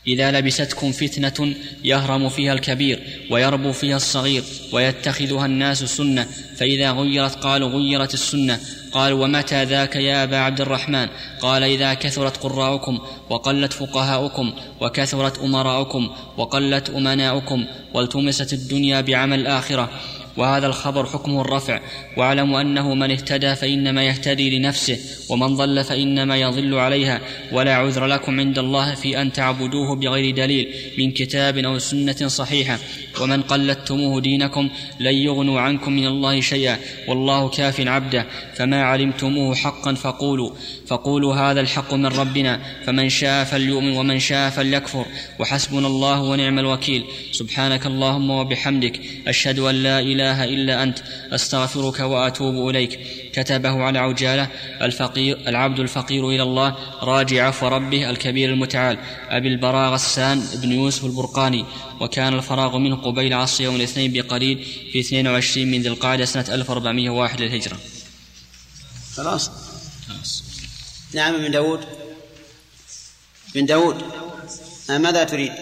إذا لبستكم فتنة يهرم فيها الكبير ويربو فيها الصغير ويتخذها الناس سنة، فإذا غيرت قالوا غيرت السنة. قالوا ومتى ذاك يا أبا عبد الرحمن؟ قال إذا كثرت قراؤكم وقلت فقهاؤكم وكثرت أمراؤكم وقلت أمناؤكم والتمست الدنيا بعمل الآخرة. وهذا الخبر حكمه الرفع. واعلموا أنه من اهتدى فإنما يهتدي لنفسه ومن ضل فإنما يضل عليها، ولا عذر لكم عند الله في أن تعبدوه بغير دليل من كتاب أو سنة صحيحة. ومن قلدتموه دينكم لن يغنوا عنكم من الله شيئا والله كاف عبده. فما علمتموه حقا فقولوا فقولوا هذا الحق من ربنا، فمن شاء فليؤمن ومن شاء فليكفر، وحسبنا الله ونعم الوكيل. سبحانك اللهم وبحمدك أشهد أن لا إله إلا أنت أستغفرك وأتوب إليك. كتبه على عجالة الفقير العبد الفقير إلى الله راجي عفو ربه الكبير المتعال أبي البراء غسان بن يوسف البرقاني، وكان الفراغ منه قبيل عصر يوم الاثنين بقليل في اثنين وعشرين من ذي القعدة سنة ألف وأربعمائة وواحد للهجرة. خلاص. نعم. من داود من داود آه ماذا تريد؟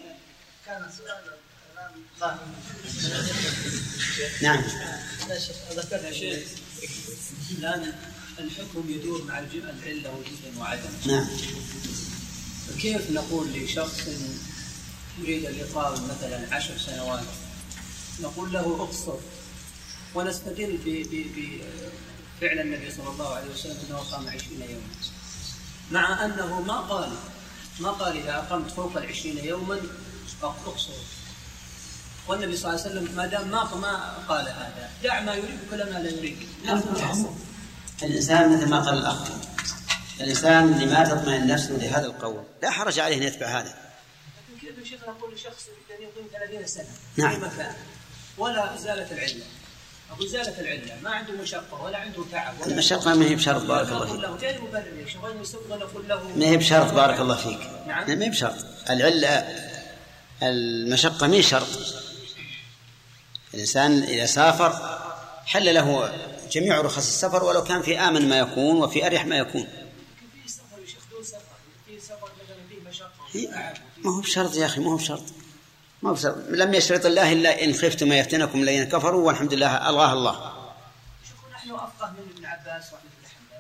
نعم. ذكرنا شيء الآن الحكم يدور مع العلة وجودا وعدم. نعم. كيف نقول لشخص يريد أن يقاوم مثلا عشر سنوات نقول له اقصر، ونستدل بفعل النبي صلى الله عليه وسلم أنه قام عشرين يوما، مع أنه ما قال ما قال إذا أقمت فوق العشرين يوما اقصر، والنبي صلى الله عليه وسلم ما دام ما ما قال هذا دع ما يريد كل ما لا يريد. الإنسان مثل ما قال الأخ، الإنسان اللي ما تطمئن نفسه لهذا القول لا حرج عليه أن يتبع هذا. كيف يا شيخ نقول لشخص يريد أن يقيم ثلاثين سنة نعم. في مكان ولا إزالة العلة أو إزالة العلة، ما عنده مشقة ولا عنده تعب ولا المشقة ما هي بشرط بارك الله فيك. له غير مبرر يا شيخ، يسوق نقول له ما هي بشرط بارك الله فيك. نعم. ما هي بشرط العلة، المشقة ما هي شرط. الإنسان إذا سافر حل له جميع رخص السفر ولو كان في آمن ما يكون وفي أريح ما يكون. في سفر يا شيخ دون سفر، في سفر مثلا فيه مشقة. ما هو بشرط يا أخي، ما هو بشرط، ما هو بشرط. لم يشرط الله إلا إن خفتم يفتنكم الذين كفروا والحمد لله ألغاه الله. شوفوا نحن أفقه من ابن عباس وأحمد بن حنبل.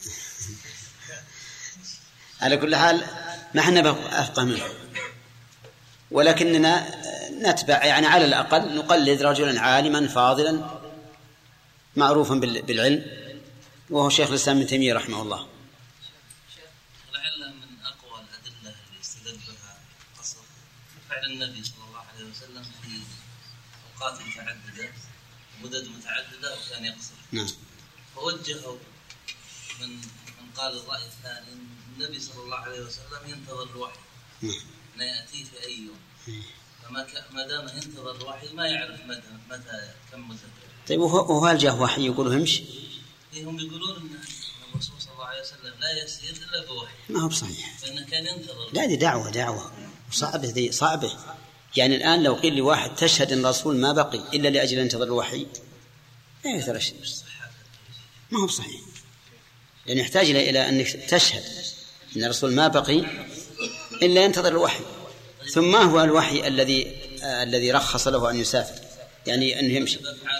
على كل حال نحن أفقه منه، ولكننا نتبع يعني على الأقل نقلد رجلا عالما فاضلا معروفا بالعلم وهو شيخ الإسلام ابن تيمية رحمه الله. لعل من أقوى الأدلة اللي استدل بها قصر فعل النبي صلى الله عليه وسلم في أوقات متعددة ومدد متعددة وكان يقصر. نعم. فوجهوا من من قال الرأي الثاني النبي صلى الله عليه وسلم ينتظر الوحي. نعم. ما يأتي في أي يوم. فما ما دام ينتظر الوحي ما يعرف متى متى كم مدة. طيب وهو هل جاء وحي يقولوا همش؟ هم يقولون ان الرسول صلى الله عليه وسلم لا يسير الا بوحي. ما هو بصحيح. فانه كان ينتظر. لا دي دعوه دعوه صعبه، دي صعبه. يعني الان لو قيل لواحد تشهد ان الرسول ما بقي الا لاجل ينتظر الوحي لا يثر شيء. ما هو بصحيح، لان يحتاج الى الى انك تشهد ان الرسول ما بقي الا ينتظر الوحي. ثم ما هو الوحي الذي آه الذي رخص له ان يسافر يعني انه يمشي؟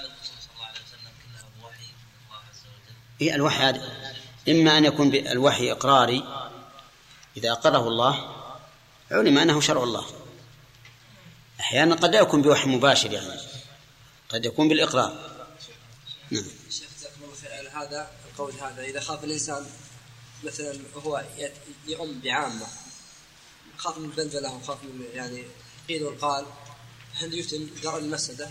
هي الوحي هذا إما أن يكون الوحي إقراري إذا أقره الله علم أنه شرع الله، أحيانا قد لا يكون بوحي مباشر يعني قد يكون بالإقرار. نعم. شيخ جزاكم الله خير. هذا القول هذا إذا خاف الإنسان مثلا هو يعم بعامة خاف من البلبلة وخاف من يعني قيل وقال، هل يفتن درء المفسدة؟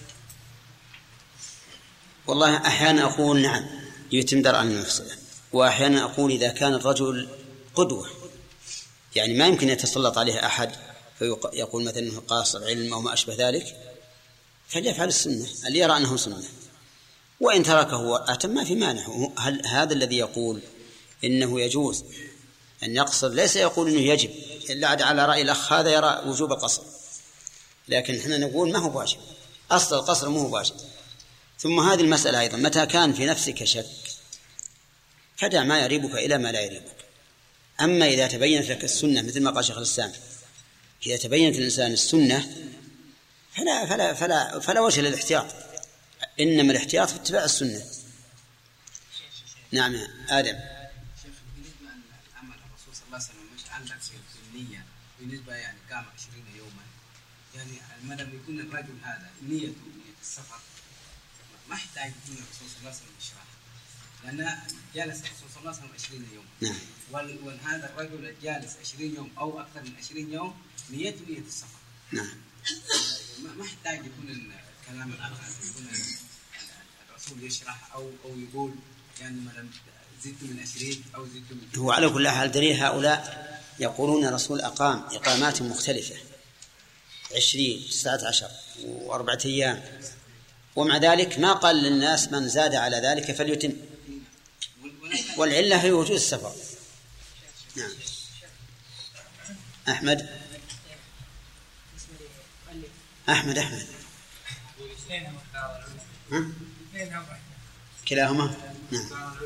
والله أحيانا أقول نعم يتم درء المفسدة، وأحيانا أقول إذا كان الرجل قدوة يعني ما يمكن يتسلط عليه أحد فيقول مثلا أنه قاصر علم أو ما أشبه ذلك فليفعل السنة اللي يرى أنه سنة، وإن تركه أتم ما في مانع. هل هذا الذي يقول إنه يجوز أن يقصر ليس يقول إنه يجب إلا على رأي الأخ هذا يرى وجوب القصر، لكن إحنا نقول ما هو واجب، أصل القصر ما هو واجب. ثم هذه المسألة أيضا متى كان في نفسك شك فدع ما يريبك إلى ما لا يريبك. أما إذا تبينت لك السنة مثل ما قال شيخ الإسلام إذا تبينت الإنسان السنة فلا فلا فلا فلا وجه للاحتياط، إنما الاحتياط في اتباع السنة. نعم آدم. شيخ بالنسبة للعمل الرسول صلى الله عليه وسلم مش علق في النية، بالنسبة يعني قام عشرين يوما، يعني ما دام يكون الرجل هذا نيته نية السفر ما يحتاج يكون الرسول صلى الله عليه وسلم يشرح، لأن جالس الرسول صلى الله عليه وسلم عشرين يوم. نعم. وهذا الرجل جالس عشرين يوم أو أكثر من عشرين يوم نيته نية السفر. نعم. ما يحتاج يكون الكلام يكون الرسول يشرح أو أو يقول يعني مثلا زدت من عشرين أو زدت من. هو على كل حال دليل هؤلاء يقولون الرسول أقام إقامات مختلفة عشرين تسعة عشر وأربعة أيام، ومع ذلك ما قال للناس من زاد على ذلك فليتم، والعلة هي وجود السفر. نعم. أحمد أحمد أحمد كلاهما. نعم.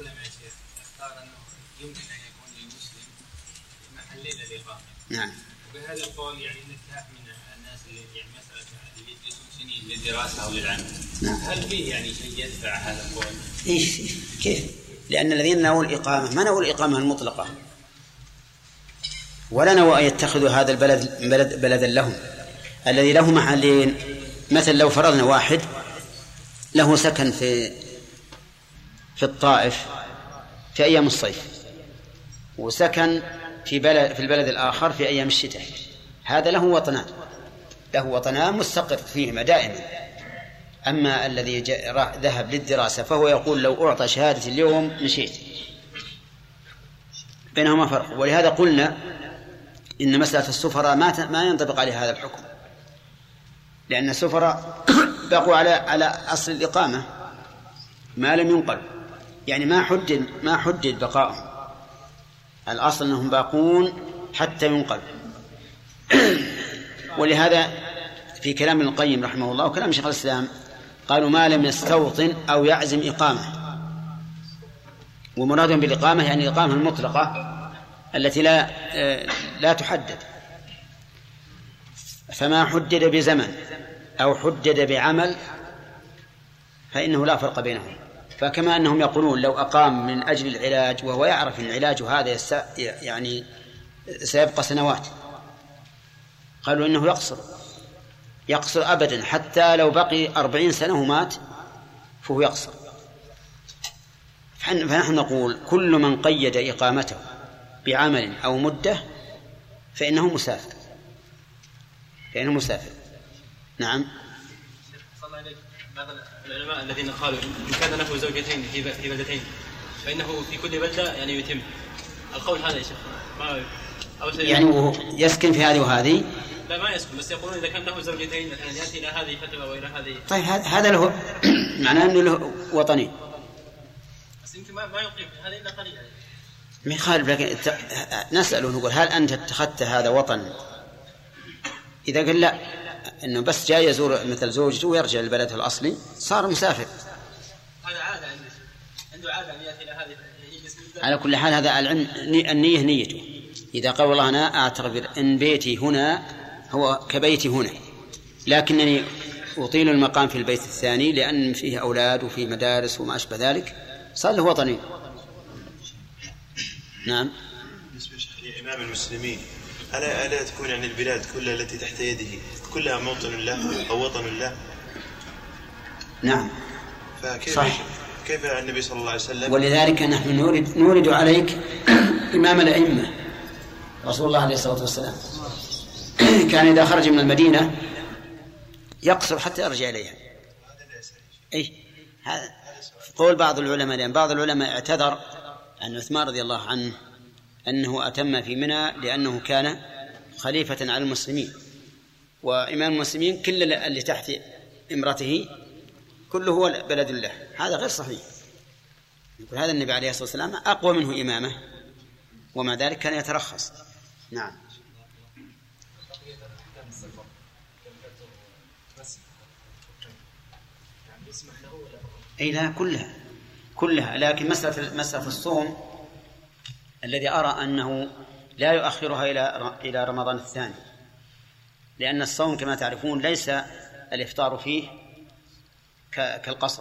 يمكن أن يكون للمسلم محلين الإقامة. نعم. وبهذا القول يعني نتلاح من الناس اللي يعني مثلا اللي يجلسون سنين للدراسة أو للعمل. نعم. هل فيه يعني شيء يدفع هذا القول؟ إيش كيف؟ لأن الذين نووا الإقامة ما نووا الإقامة المطلقة، ولا نووا أن يتخذوا هذا البلد بلد بلدا لهم، الذي له محلين. مثل لو فرضنا واحد له سكن في في الطائف في أيام الصيف، وسكن في بلد في البلد الآخر في أيام الشتاء، هذا له وطنان، له وطنان مستقر فيهما دائما. أما الذي ذهب للدراسة فهو يقول لو أعطى شهادة اليوم مشيت، بينهما فرق. ولهذا قلنا إن مسألة السفراء ما ما ينطبق عليه هذا الحكم، لأن السفراء بقوا على على أصل الإقامة ما لم ينقل، يعني ما حدد ما حدد بقائهم، الأصل أنهم باقون حتى ينقل. ولهذا في كلام ابن القيم رحمه الله وكلام شيخ الإسلام قالوا ما لم يستوطن أو يعزم إقامة، ومرادهم بالإقامة يعني الإقامة المطلقة التي لا لا تحدد. فما حدد بزمن أو حدد بعمل فإنه لا فرق بينهم. فكما أنهم يقولون لو أقام من أجل العلاج وهو يعرف أن العلاج هذا يعني سيبقى سنوات، قالوا إنه يقصر يقصر أبدا، حتى لو بقي أربعين سنة ومات فهو يقصر. فنحن نقول كل من قيد إقامته بعمل أو مدة فإنه مسافر فإنه مسافر. نعم. بعض العلماء الذين قالوا إن كان له زوجتين في بلدتين فإنه في كل بلدة يعني يتم القول هذا يا شيخ ما يعني يسكن في هذه وهذه؟ لا ما يسكن، بس يقولون إذا كان له زوجتين مثلا يأتي إلى هذه فترة وإلى هذه. طيب هذا له معناه أنه له وطني، بس يمكن ما ما يقيم هذا إلا قليلا. ما يخالف، لكن نسأله نقول هل أنت اتخذت هذا وطن؟ إذا قال لا، إنه بس جاي يزور مثل زوجته ويرجع لبلده الأصلي صار مسافر. هذا عادة عنده عنده عادة أن يأتي إلى هذه. على كل حال هذا العلم النية نيته. إذا قال والله أنا أعتبر إن بيتي هنا هو كبيتي هنا، لكنني أطيل المقام في البيت الثاني لأن فيه أولاد وفيه مدارس وما أشبه ذلك، صار له وطني. نعم. بالنسبة لإمام المسلمين ألا ألا تكون عن البلاد كلها التي تحت يده كلها موطن له أو وطن له؟ نعم. فكيف صح. كيف النبي صلى الله عليه وسلم؟ ولذلك نحن نورد نورد عليك إمام الأئمة رسول الله عليه الصلاة والسلام كان إذا خرج من المدينة يقصر حتى يرجع إليها. أي هذا قول بعض العلماء، لأن بعض العلماء اعتذر عن عثمان رضي الله عنه أنه أتم في منى لأنه كان خليفة على المسلمين، وإمام المسلمين كل اللي تحت إمرته كله هو بلد الله. هذا غير صحيح. يقول هذا النبي عليه الصلاة والسلام أقوى منه إمامة ومع ذلك كان يترخص. نعم. أي لا كلها كلها لكن مسألة مسألة الصوم الذي أرى أنه لا يؤخرها إلى إلى رمضان الثاني، لأن الصوم كما تعرفون ليس الإفطار فيه كالقصر.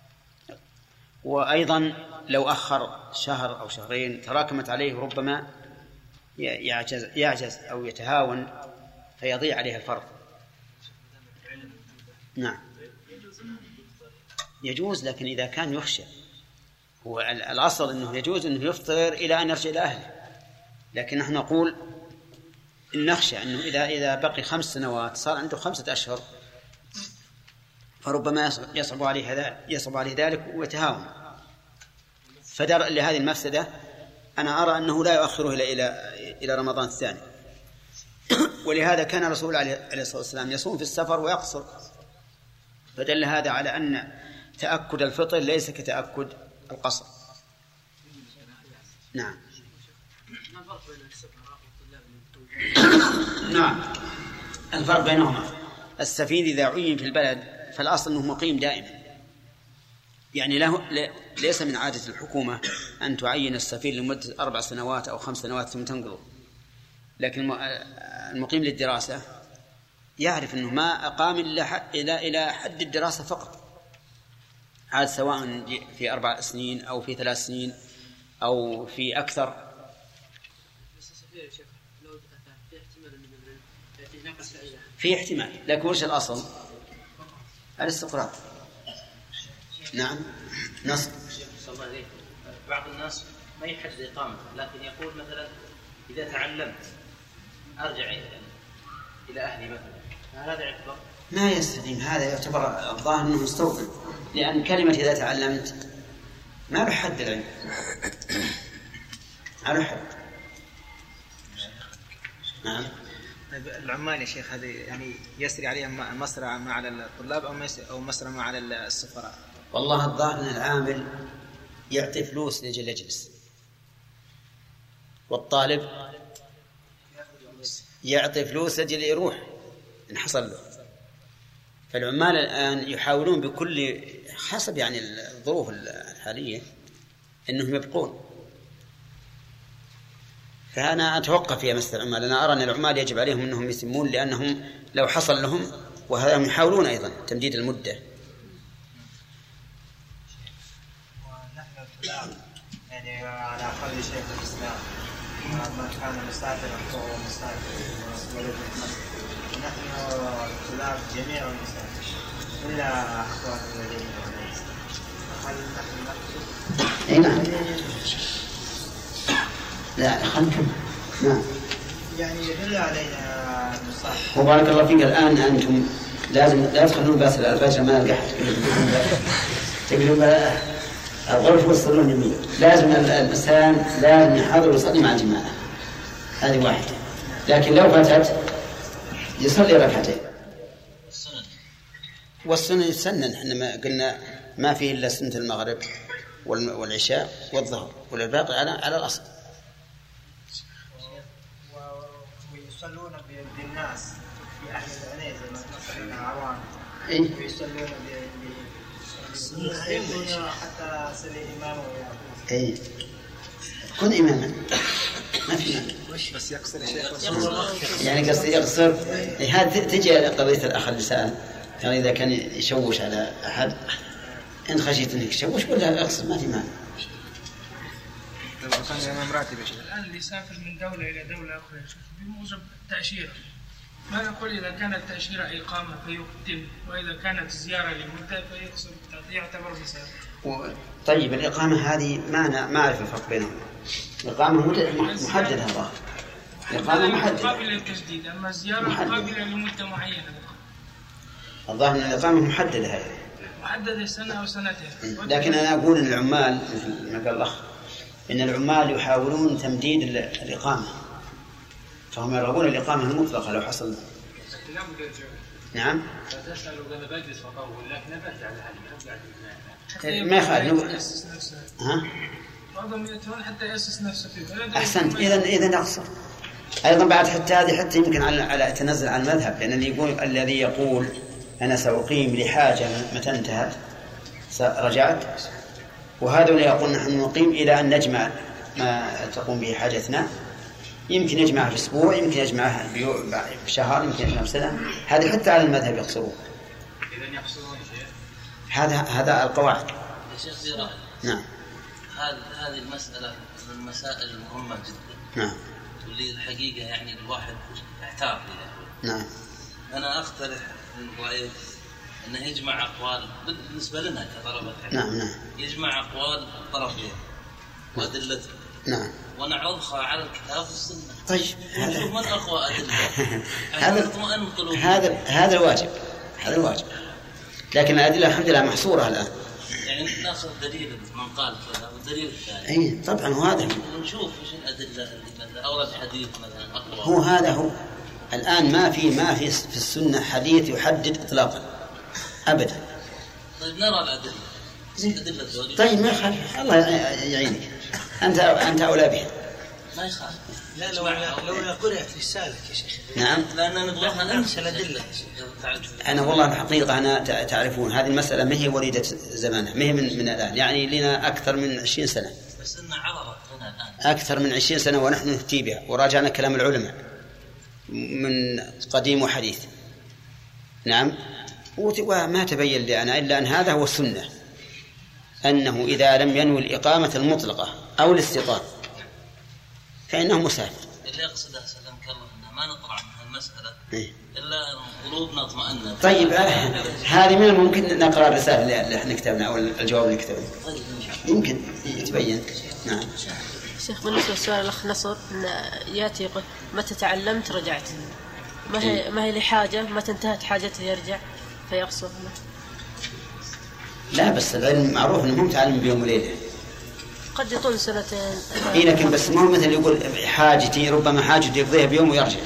وأيضا لو أخر شهر أو شهرين تراكمت عليه ربما يعجز, يعجز أو يتهاون فيضيع عليه الفرض. نعم يجوز، لكن إذا كان يخشى. هو الأصل أنه يجوز أنه يفطر إلى أن يرجع إلى أهله، لكن نحن نقول إن نخشى أنه إذا إذا بقي خمس سنوات صار عنده خمسة أشهر فربما يصعب عليه هذا يصعب عليه ذلك ويتهاون. فدرءا لهذه المفسدة أنا أرى أنه لا يؤخره إلى إلى إلى رمضان الثاني. ولهذا كان الرسول عليه الصلاة والسلام يصوم في السفر ويقصر، فدل هذا على أن تأكد الفطر ليس كتأكد القصر. نعم. نعم الفرق بينهما السفير إذا عين في البلد فالأصل أنه مقيم دائما، يعني له ليس من عادة الحكومة أن تعين السفير لمدة أربع سنوات أو خمس سنوات ثم تنقله، لكن المقيم للدراسة يعرف أنه ما أقام إلا إلى إلى حد الدراسة فقط، عاد سواء في أربع سنين أو في ثلاث سنين أو في أكثر. في احتمال، لكن وش الأصل؟ الاستقرار. نعم نصر. بعض الناس ما يحدد إقامة، لكن يقول مثلا إذا تعلمت أرجع إلى أهلي مثلا، هذا يعتبر؟ ما يستدين، هذا يعتبر الظاهر أنه مستوطن، لأن كلمة إذا تعلمت ما بحد العلم على حد. نعم. العمال يا شيخ هذه يعني يسري عليهم مسرع مع الطلاب أو أو مسرع مع السفراء؟ والله الظاهر أن العامل يعطي فلوس لأجل يجلس، والطالب يعطي فلوس لأجل يروح إن حصل له. فالعمال الآن يحاولون بكل حسب يعني الظروف الحالية أنهم يبقون. فأنا أتوقع فيها مسألة العمال، أنا أرى أن العمال يجب عليهم أنهم يسمون، لأنهم لو حصل لهم وهذا يحاولون أيضا تمديد المدة. ونحن الطلاب يعني على أقل شيء في الإسلام ما كان مسافر فهو مسافر ولد مسافر، نحن الطلاب جميع المسافر إلا أخوان الذين هل نحن نقصد؟ أي نعم. لا خلكم. نعم. يعني يدل علينا المصاحب. وبارك الله فيك. الآن أنتم لازم لا تخلون باس الفجر ما نلقى تقولون الغرف والصالون يمين. لازم الإنسان لازم يحاضر ويصلي مع الجماعة، هذه واحدة. لكن لو فاتت يصلي ركعتين. والسنة يتسنن، احنا ما قلنا ما فيه إلا سنة المغرب والعشاء والظهر، والباقي على على الأصل. ويصلون بالناس في أهل العنيزة مثلا عوام، ويصلون ب حتى سلي إمامه ويعبود. إيه كن إماما ما في مانع. بس يقصر الشيخ يعني قصدي يقصر. هذا تجي قضية الأخ اللي سأل، يعني إذا كان يشوش على أحد إن خشيت إنك تشوش ولا أقصر ما في مانع. الآن اللي يسافر من دولة إلى دولة أخرى بموجب التأشيرة، ما نقول إذا كانت التأشيرة إقامة فيتم، وإذا كانت زيارة لمدة فيقصر يعتبر مسافر. طيب الإقامة هذه ما ما أعرف الفرق بينهم. الإقامة محددة، هذا الإقامة محددة قابلة للتجديد، أما الزيارة قابلة لمدة معينة. الظاهر أن الإقامة محددة هذه محددة سنة أو سنتين. لكن أنا أقول أن العمال مثل ما قال الأخ إن العمال يحاولون تمديد الإقامة، فهم يرغبون الإقامة المطلقة لو حصل. نعم. ما يخالف. ها؟ بعضهم يترون حتى يأسس نفسه في بلد. أحسنت. إذا إذا نقصر أيضا بعد حتى هذه حتى يمكن على على تنزل عن المذهب، لأن اللي يقول الذي يقول أنا سأقيم لحاجة متى انتهت رجعت، وهذا اللي يقول نحن نقيم إلى أن نجمع ما تقوم به حاجتنا، يمكن يجمعها في أسبوع، يمكن يجمعها في شهر، يمكن يجمعها في سنة. هذا حتى على المذهب يقصروه. إذن يقصرون شيء. هذا هذا القواعد. يا شيخ في رأي. نعم. هذه هذه المسألة من المسائل المهمة جدا. نعم. واللي الحقيقة يعني الواحد يحتار فيها. نعم. أنا أقترح من رأيك أنه يجمع أقوال بالنسبة لنا كطلبة حديث. نعم نعم. يجمع أقوال الطرفين وأدلته. نعم. ونعرضها على الكتاب والسنة. طيب. هذا من أقوى أدلة. هذا هذا هذا الواجب. هذا الواجب. لكن الأدلة الحمد لله محصورة الآن. يعني ناخذ دليل من قال كذا والدليل الثاني. أي طبعا وهذا. ونشوف إيش الأدلة اللي مثلا أورد حديث مثلا أقوى. هو هذا هو. الآن ما في ما في في السنة حديث يحدد إطلاقا أبدا. طيب نرى الأدلة. أدلة الدولية. طيب ما يخالف الله يعينك. أنت أنت أولى بها. ما يخالف. لا لو لو قرأت في السالك يا شيخ. نعم. لأننا نبغى ننسى الأدلة. أنا والله الحقيقة أنا تعرفون هذه المسألة ما هي وليدة زمانها، ما هي من من الآن، يعني لنا أكثر من عشرين سنة. بس إن عرضت هنا الآن. أكثر من عشرين سنة ونحن نفتي بها وراجعنا كلام العلماء من قديم وحديث. نعم. وما تبين لنا إلا أن هذا هو السنة، أنه إذا لم ينوي الإقامة المطلقة أو الاستيطان فإنه مسافر. اللي يقصده سلمك الله أنه ما نطلع من المسألة إيه؟ إلا قلوبنا اطمأنت. طيب آه هذه من الممكن نقرأ الرسالة اللي احنا كتبنا أو الجواب اللي كتبنا. طيب يمكن يتبين. نعم. شيخ بالنسبة للسؤال الأخ نصر يأتي يقول متى تعلمت رجعت، ما هي ما هي لحاجة متى انتهت حاجته يرجع فيقصر. لا بس العلم معروف انه مو متعلم بيوم وليله، قد يطول سنتين. اي لكن بس مو مثل يقول حاجتي ربما حاجتي يقضيها بيوم ويرجع.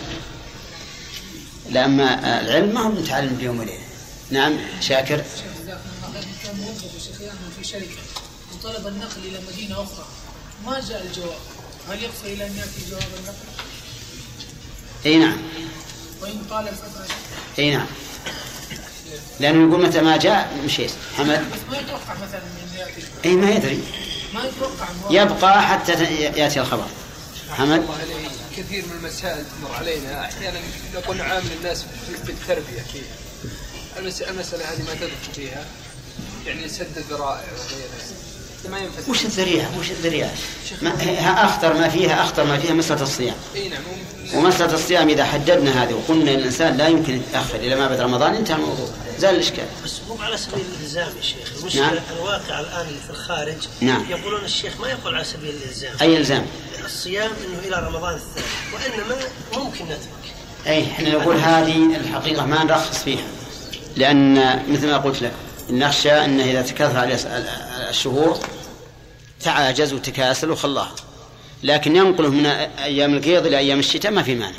لما العلم ما هو متعلم بيوم وليله. نعم شاكر. كان موظف شيخ في شركه وطلب النقل الى مدينه اخرى ما جاء الجواب، هل يكفي الى ان ياتي جواب النقل؟ اي نعم. وان طال الفتره. اي نعم. لأنه يقول متى ما جاء مشيت حمد. ما يتوقع مثلا من يأتي. أي ما يدري. ما يتوقع. يبقى حتى يأتي الخبر. حمد. كثير من المسائل تمر علينا أحيانا نقول نعامل الناس بالتربية فيها. المسألة هذه ما تدخل فيها يعني سد الذرائع وغيرها. ما ينفع. وش الذريعة؟ وش الذريعة؟ ما أخطر ما فيها أخطر ما فيها مسألة الصيام. أي نعم. ومسألة الصيام إذا حددنا هذه وقلنا الإنسان لا يمكن يتأخر إلى ما بعد رمضان انتهى الموضوع، زال الإشكال. بس مو على سبيل الإلزام يا شيخ. المشكلة نعم. الواقع الآن اللي في الخارج نعم. يقولون الشيخ ما يقول على سبيل الإلزام. أي إلزام؟ الصيام إنه إلى رمضان الثاني، وإنما ممكن نترك. أي إحنا نقول هذه الحقيقة ما نرخص فيها، لأن مثل ما قلت لك نخشى أنه إذا تكاثر على الشهور تعاجز وتكاسل وخلاها، لكن ينقله من أيام القيض إلى أيام الشتاء ما في مانع.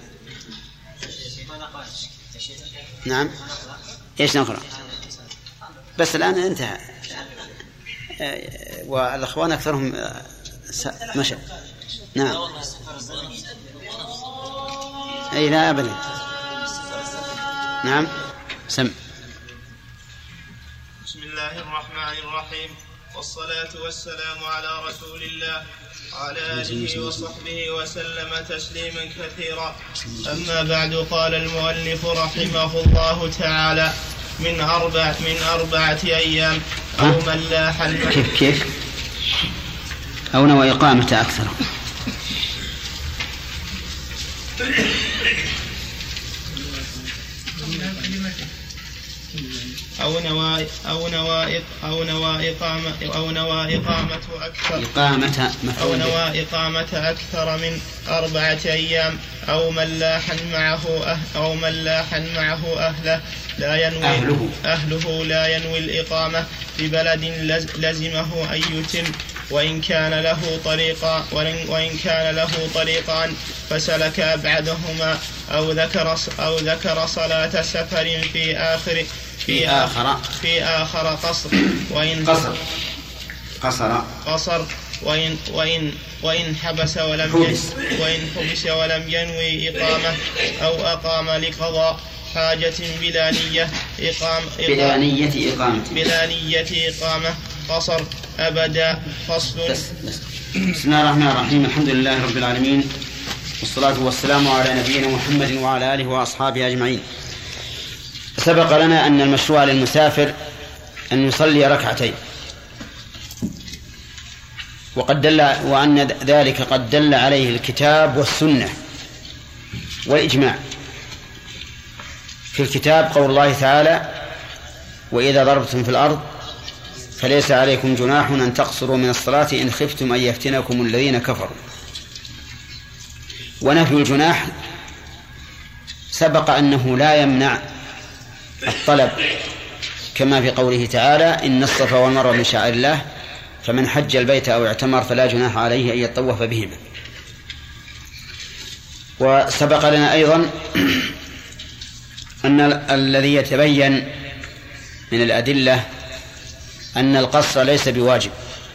نعم. إيش نقرأ؟ بس الآن انتهى والأخوان أكثرهم مشى. نعم. أي لا أبدا. نعم. سم. بسم الله الرحمن الرحيم، والصلاة والسلام على رسول الله وعلى آله وصحبه وسلم تسليما كثيرا. أما بعد، قال المؤلف رحمه الله تعالى: من أربع من أربعة أيام أو من لا حل. كيف كيف أو نوى إقامة أكثر. أو نوى أو نوى أو نوى إقامة أو نوى إقامة أكثر إقامة أو نوى إقامة أكثر من أربعة أيام أو من لاحن معه أه أو من لاحن معه أهله لا ينوي أهله, أهله لا ينوي الإقامة ببلد لزمه أن يتم، وإن كان له طريقا وإن كان له طريقان فسلك أبعدهما أو ذكر أو ذكر صلاة سفر في آخر في آخر في آخر قصر وإن قصر قصر قصر وإن وإن وإن حبس ولم حبس وإن حبس ولم ينوي إقامة أو أقام لقضاء حاجة بلا نية إقام بلا نية إقامة بلا نية إقامة قصر أبدا. فصل. بس بس. بسم الله الرحمن الرحيم. الحمد لله رب العالمين، والصلاة والسلام على نبينا محمد وعلى آله وأصحابه أجمعين. سبق لنا أن المشروع للمسافر أن يصلي ركعتين، وقد دل وأن ذلك قد دل عليه الكتاب والسنة والإجماع. في الكتاب قول الله تعالى: وإذا ضربتم في الأرض فليس عليكم جناح أن تقصروا من الصلاة إن خفتم أن يفتنكم الذين كفروا. ونفي الجناح سبق أنه لا يمنع الطلب، كما في قوله تعالى: إن الصفا والمروة من شعائر الله فمن حج البيت أو اعتمر فلا جناح عليه أن يطوف بهما. وسبق لنا أيضا أن الذي يتبين من الأدلة أن القصر ليس بواجب،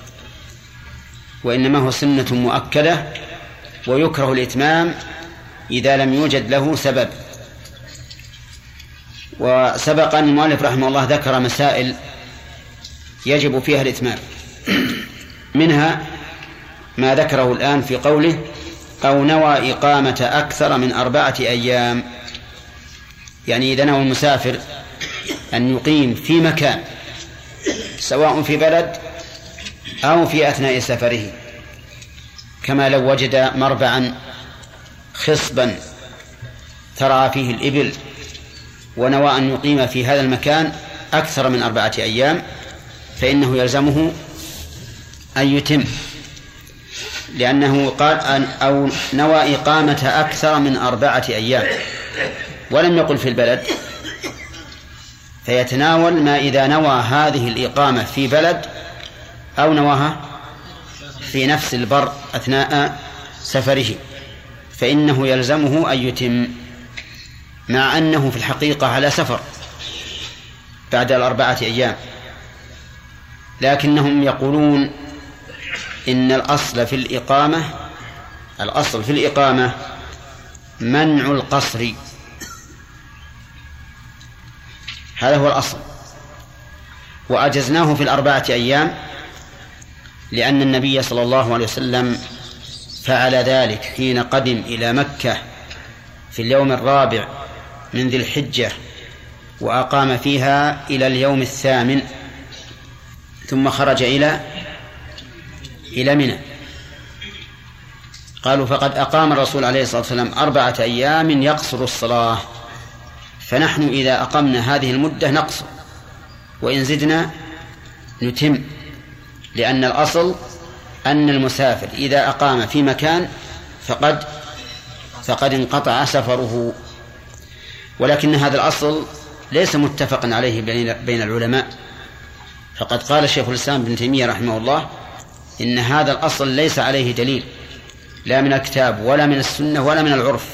وإنما هو سنة مؤكدة، ويكره الإتمام إذا لم يوجد له سبب. وسبق أن المؤلف رحمه الله ذكر مسائل يجب فيها الإتمام، منها ما ذكره الآن في قوله: أو نوى إقامة أكثر من أربعة أيام. يعني إذا نوى المسافر أن يقيم في مكان سواء في بلد أو في أثناء سفره، كما لو وجد مربعا خصبا ترعى فيه الإبل ونوى أن يقيم في هذا المكان أكثر من أربعة أيام، فإنه يلزمه أن يتم، لأنه قال أن أو نوى إقامة أكثر من أربعة أيام، ولم يقل في البلد، فيتناول ما إذا نوى هذه الإقامة في بلد أو نواها في نفس البر أثناء سفره، فإنه يلزمه أن يتم، مع أنه في الحقيقة على سفر بعد الأربعة أيام. لكنهم يقولون إن الأصل في الإقامة الأصل في الإقامة منع القصر، هذا هو الأصل، وأجزناه في الأربعة أيام لأن النبي صلى الله عليه وسلم فعل ذلك حين قدم إلى مكة في اليوم الرابع من ذي الحجة، وأقام فيها إلى اليوم الثامن، ثم خرج إلى إلى منى. قالوا: فقد أقام الرسول عليه الصلاة والسلام أربعة أيام يقصر الصلاة، فنحن إذا أقمنا هذه المدة نقصر، وإن زدنا نتم، لأن الأصل أن المسافر إذا أقام في مكان فقد فقد انقطع سفره. ولكن هذا الأصل ليس متفقا عليه بين العلماء، فقد قال الشيخ الإسلام ابن تيمية رحمه الله: إن هذا الأصل ليس عليه دليل، لا من الكتاب ولا من السنة ولا من العرف.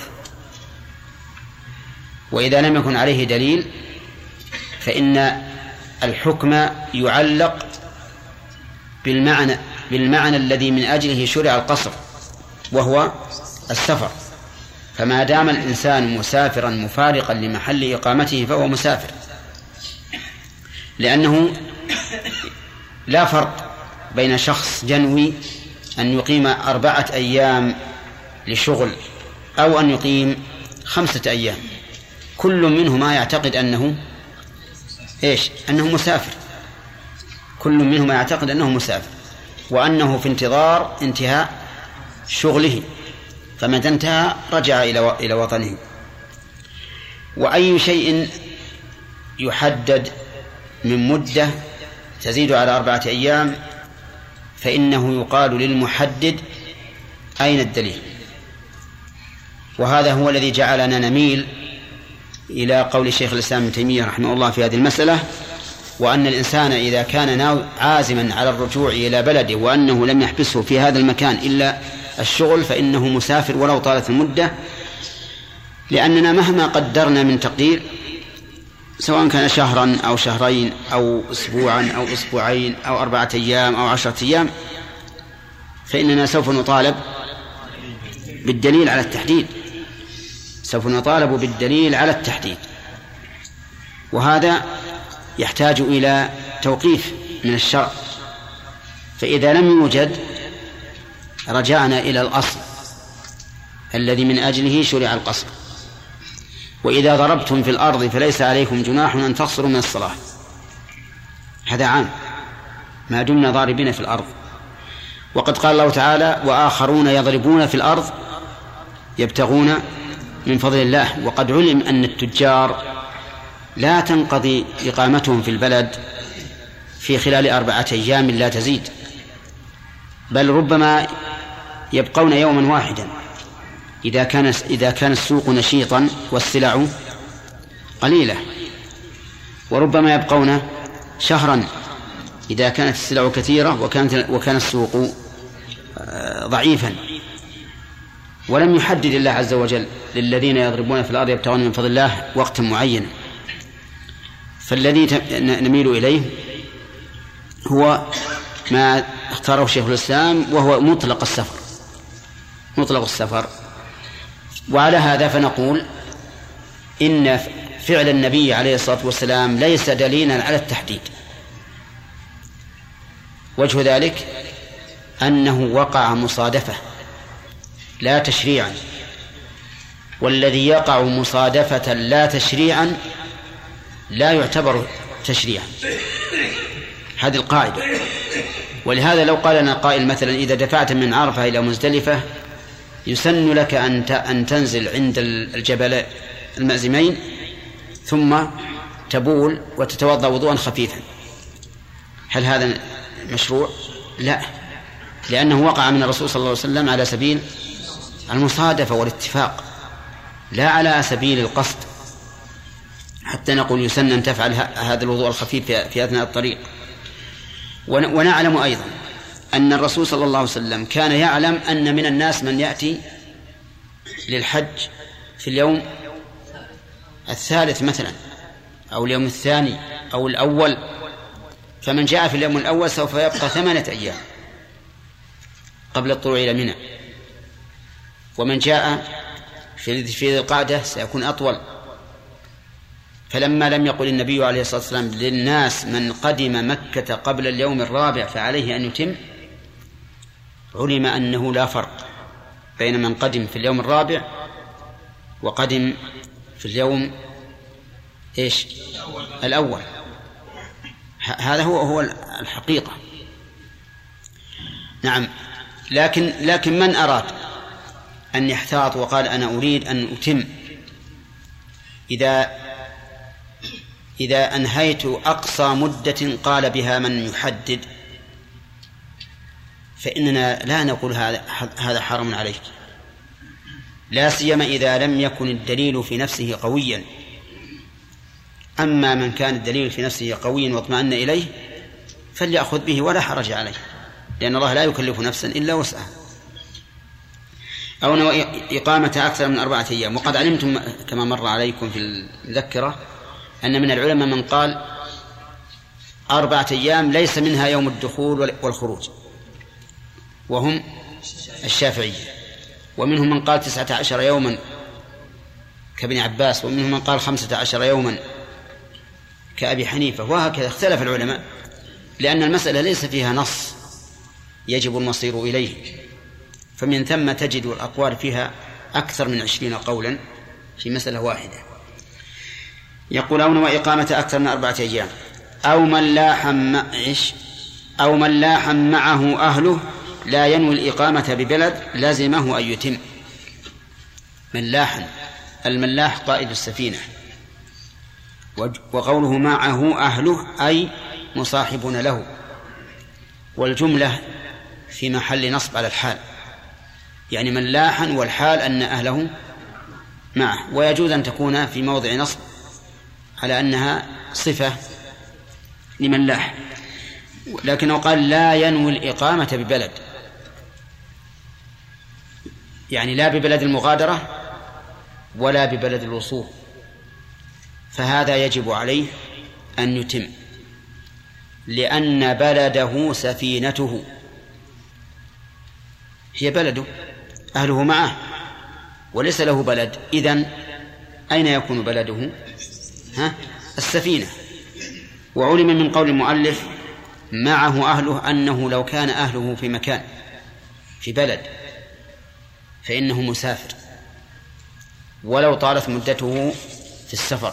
وإذا لم يكن عليه دليل فإن الحكم يعلق بالمعنى بالمعنى الذي من أجله شرع القصر، وهو السفر. فما دام الإنسان مسافرا مفارقا لمحل إقامته فهو مسافر، لأنه لا فرق بين شخص جنوي أن يقيم أربعة أيام لشغل أو أن يقيم خمسة أيام، كل منهما يعتقد أنه إيش؟ أنه مسافر، كل منهما يعتقد أنه مسافر، وأنه في انتظار انتهاء شغله، فمتى انتهى رجع إلى إلى وطنه. وأي شيء يحدد من مدة تزيد على أربعة أيام فإنه يقال للمحدد: أين الدليل؟ وهذا هو الذي جعلنا نميل إلى قول شيخ الإسلام ابن تيمية رحمه الله في هذه المسألة، وأن الإنسان إذا كان عازما على الرجوع إلى بلده وأنه لم يحبسه في هذا المكان إلا الشغل فإنه مسافر ولو طالت المدة، لأننا مهما قدرنا من تقدير سواء كان شهرا أو شهرين أو أسبوعا أو أسبوعين أو أربعة أيام أو عشرة أيام، فإننا سوف نطالب بالدليل على التحديد، سوف نطالب بالدليل على التحديد، وهذا يحتاج إلى توقيف من الشرع. فإذا لم يوجد رجعنا إلى الأصل، الذي من أجله شرع القصر. وإذا ضربتم في الأرض فليس عليكم جناح أن تقصروا من الصلاة، هذا عام ما دمنا ضاربين في الأرض. وقد قال الله تعالى وآخرون يضربون في الأرض يبتغون من فضل الله. وقد علم أن التجار لا تنقضي إقامتهم في البلد في خلال أربعة أيام لا تزيد، بل ربما يبقون يوما واحدا إذا كان إذا كان السوق نشيطا والسلع قليلة، وربما يبقون شهرا إذا كانت السلع كثيرة وكانت وكان السوق ضعيفا. ولم يحدد الله عز وجل للذين يضربون في الأرض يبتغون من فضل الله وقتا معين. فالذي نميل إليه هو ما اختاره شيخ الإسلام وهو مطلق السفر، مطلق السفر. وعلى هذا فنقول إن فعل النبي عليه الصلاة والسلام ليس دليلا على التحديد. وجه ذلك أنه وقع مصادفة لا تشريعا، والذي يقع مصادفة لا تشريعا لا يعتبر تشريعا، هذه القاعدة. ولهذا لو قال لنا قائل مثلا إذا دفعت من عرفة إلى مزدلفة يسن لك أن تنزل عند الجبل المأزمين ثم تبول وتتوضأ وضوءا خفيفا، هل هذا مشروع؟ لا، لأنه وقع من الرسول صلى الله عليه وسلم على سبيل المصادفة والاتفاق لا على سبيل القصد، حتى نقول يسن أن تفعل هذا الوضوء الخفيف في أثناء الطريق. ونعلم أيضا أن الرسول صلى الله عليه وسلم كان يعلم أن من الناس من يأتي للحج في اليوم الثالث مثلا أو اليوم الثاني أو الأول، فمن جاء في اليوم الأول سوف يبقى ثمانية أيام قبل الطلوع إلى منى، ومن جاء في ذي القعدة سيكون أطول. فلما لم يقل النبي عليه الصلاة والسلام للناس من قدم مكة قبل اليوم الرابع فعليه أن يتم، علم أنه لا فرق بين من قدم في اليوم الرابع وقدم في اليوم إيش الأول. هذا هو هو الحقيقة. نعم، لكن لكن من أراد أن يحتاط وقال أنا أريد أن أتم، إذا إذا أنهيت أقصى مدة قال بها من يحدد فإننا لا نقول هذا هذا حرام عليك، لا سيما إذا لم يكن الدليل في نفسه قويا. أما من كان الدليل في نفسه قويا واطمأن إليه فليأخذ به ولا حرج عليه، لأن الله لا يكلف نفسا إلا وسعها. أو إقامة أكثر من أربعة أيام. وقد علمتم كما مر عليكم في المذكرة أن من العلماء من قال أربعة أيام ليس منها يوم الدخول والخروج، وهم الشافعية. ومنهم من قال تسعة عشر يوما كابن عباس، ومنهم من قال خمسة عشر يوما كأبي حنيفة، وهكذا اختلف العلماء، لأن المسألة ليس فيها نص يجب المصير إليه، فمن ثم تجد الأقوال فيها أكثر من عشرين قولا في مسألة واحدة. يقولون وإقامة أكثر من أربعة أيام. أو من لاحم إيش أو من لاحم معه أهله لا ينوي الإقامة ببلد لازمه أن يتم. من لاحم، الملاح قائد السفينة، وقوله معه أهله أي مصاحبون له، والجملة في محل نصب على الحال، يعني من لاحا والحال أن أهله معه، ويجوز أن تكون في موضع نصب على أنها صفة لمن لاح. لكنه قال لا ينوي الإقامة ببلد، يعني لا ببلد المغادرة ولا ببلد الوصول، فهذا يجب عليه أن يتم، لأن بلده سفينته، هي بلده، أهله معه وليس له بلد. إذن أين يكون بلده؟ ها؟ السفينة. وعلم من قول المؤلف معه أهله أنه لو كان أهله في مكان في بلد فإنه مسافر، ولو طالت مدته في السفر.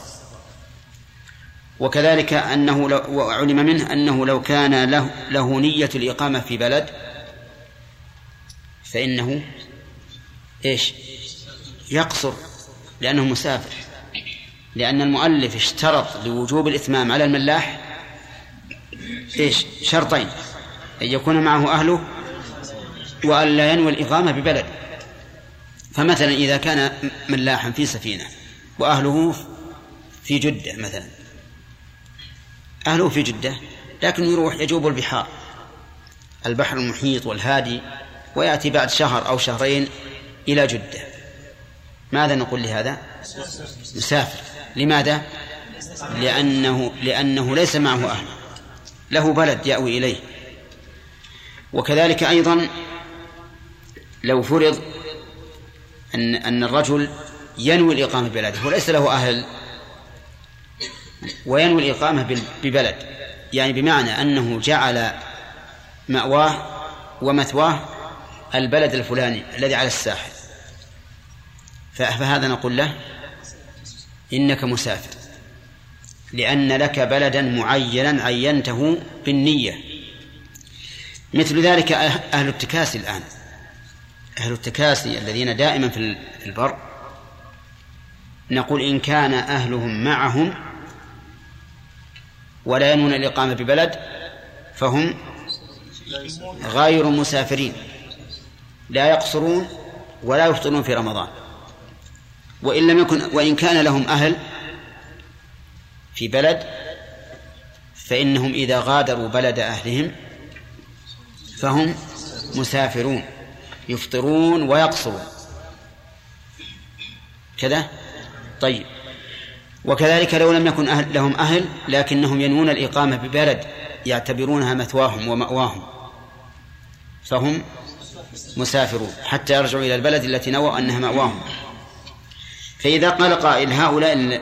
وكذلك أنه لو وعلم منه أنه لو كان له, له نية الإقامة في بلد فإنه إيش يقصر لأنه مسافر، لأن المؤلف اشترط لوجوب الإتمام على الملاح إيش شرطين: أن يكون معه أهله وأن لا ينوي الإقامة ببلد. فمثلا إذا كان ملاحا في سفينة وأهله في جدة مثلا، أهله في جدة لكن يروح يجوب البحار، البحر المحيط والهادي، ويأتي بعد شهر أو شهرين إلى جدة، ماذا نقول لهذا؟ مسافر. لماذا؟ لأنه, لأنه ليس معه أهل، له بلد يأوي إليه. وكذلك أيضا لو فرض أن, أن الرجل ينوي الإقامة ببلده وليس له أهل وينوي الإقامة ببلد، يعني بمعنى أنه جعل مأواه ومثواه البلد الفلاني الذي على الساحل، فهذا نقول له إنك مسافر، لأن لك بلدا معينا عينته بالنية. مثل ذلك أهل التكاسي الآن، أهل التكاسي الذين دائما في البر، نقول إن كان أهلهم معهم ولا ينوون الإقامة ببلد فهم غير مسافرين، لا يقصرون ولا يفطرون في رمضان. وإن لم يكن وإن كان لهم أهل في بلد فإنهم إذا غادروا بلد أهلهم فهم مسافرون، يفطرون ويقصرون كذا. طيب، وكذلك لو لم يكن أهل لهم أهل لكنهم ينوون الإقامة ببلد يعتبرونها مثواهم ومأواهم فهم مسافرون حتى يرجعوا إلى البلد التي نووا أنها مأواهم. فإذا قال قائل هؤلاء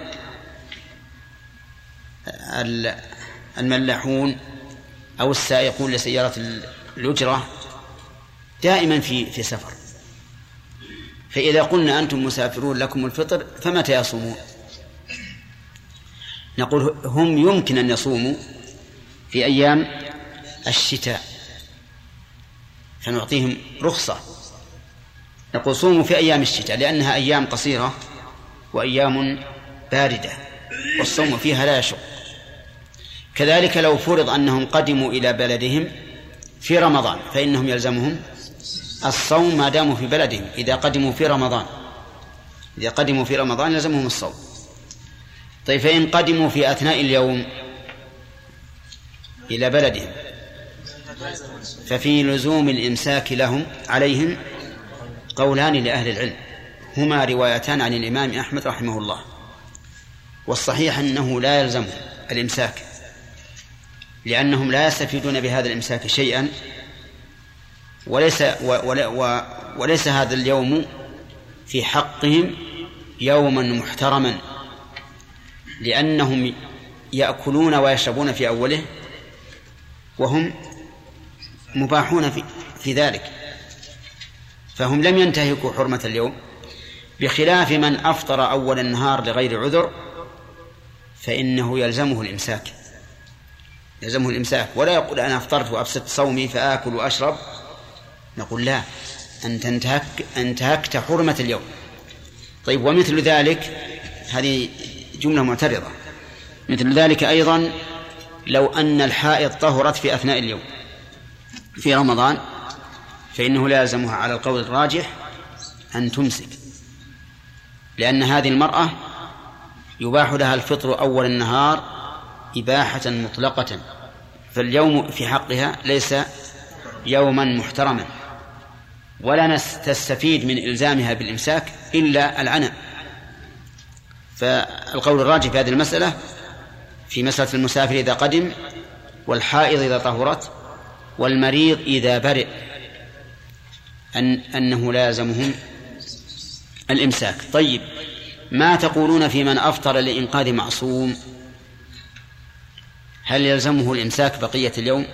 الملاحون أو السائقون لسيارة الأجرة دائما في في سفر، فإذا قلنا أنتم مسافرون لكم الفطر فمتى يصومون؟ نقول هم يمكن أن يصوموا في أيام الشتاء فنعطيهم رخصة، نقول صوموا في أيام الشتاء لأنها أيام قصيرة وأيام باردة والصوم فيها لا يشق. كذلك لو فرض أنهم قدموا إلى بلدهم في رمضان فإنهم يلزمهم الصوم ما داموا في بلدهم. إذا قدموا في رمضان إذا قدموا في رمضان يلزمهم الصوم. طيب، فإن قدموا في أثناء اليوم إلى بلدهم ففي لزوم الإمساك لهم عليهم قولان لأهل العلم، هما روايتان عن الإمام أحمد رحمه الله، والصحيح أنه لا يلزمهم الإمساك لأنهم لا يستفيدون بهذا الإمساك شيئا، وليس, وليس هذا اليوم في حقهم يوما محترما، لأنهم يأكلون ويشربون في أوله وهم مباحون في, في ذلك، فهم لم ينتهكوا حرمة اليوم، بخلاف من أفطر أول النهار لغير عذر فإنه يلزمه الإمساك يلزمه الإمساك ولا يقول أنا أفطرت وأفسدت صومي فآكل وأشرب. نقول لا، أنت انتهك انتهكت حرمة اليوم. طيب، ومثل ذلك، هذه جملة معترضة، مثل ذلك أيضا لو أن الحائض طهرت في أثناء اليوم في رمضان فإنه لا يلزمها على القول الراجح أن تمسك، لأن هذه المرأة يباح لها الفطر أول النهار إباحة مطلقة، فاليوم في حقها ليس يوما محترما، ولا تستفيد من إلزامها بالإمساك إلا العنى. فالقول الراجح في هذه المسألة في مسألة المسافر إذا قدم، والحائض إذا طهرت، والمريض إذا برئ، أن أنه لا يلزمهم الإمساك. طيب، ما تقولون في من أفطر لإنقاذ معصوم؟ هل يلزمه الإمساك بقية اليوم؟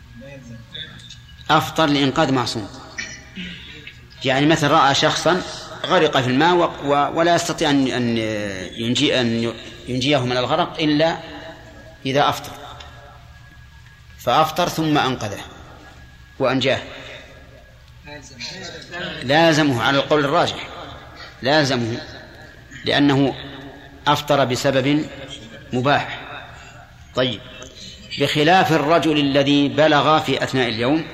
أفطر لإنقاذ معصوم، يعني مثل رأى شخصا غرق في الماء ولا يستطيع أن ينجي أن ينجيه من الغرق إلا إذا أفطر، فأفطر ثم أنقذه وأنجاه، لازمه على القول الراجح، لازمه لأنه أفطر بسبب مباح. طيب، بخلاف الرجل الذي بلغ في أثناء اليوم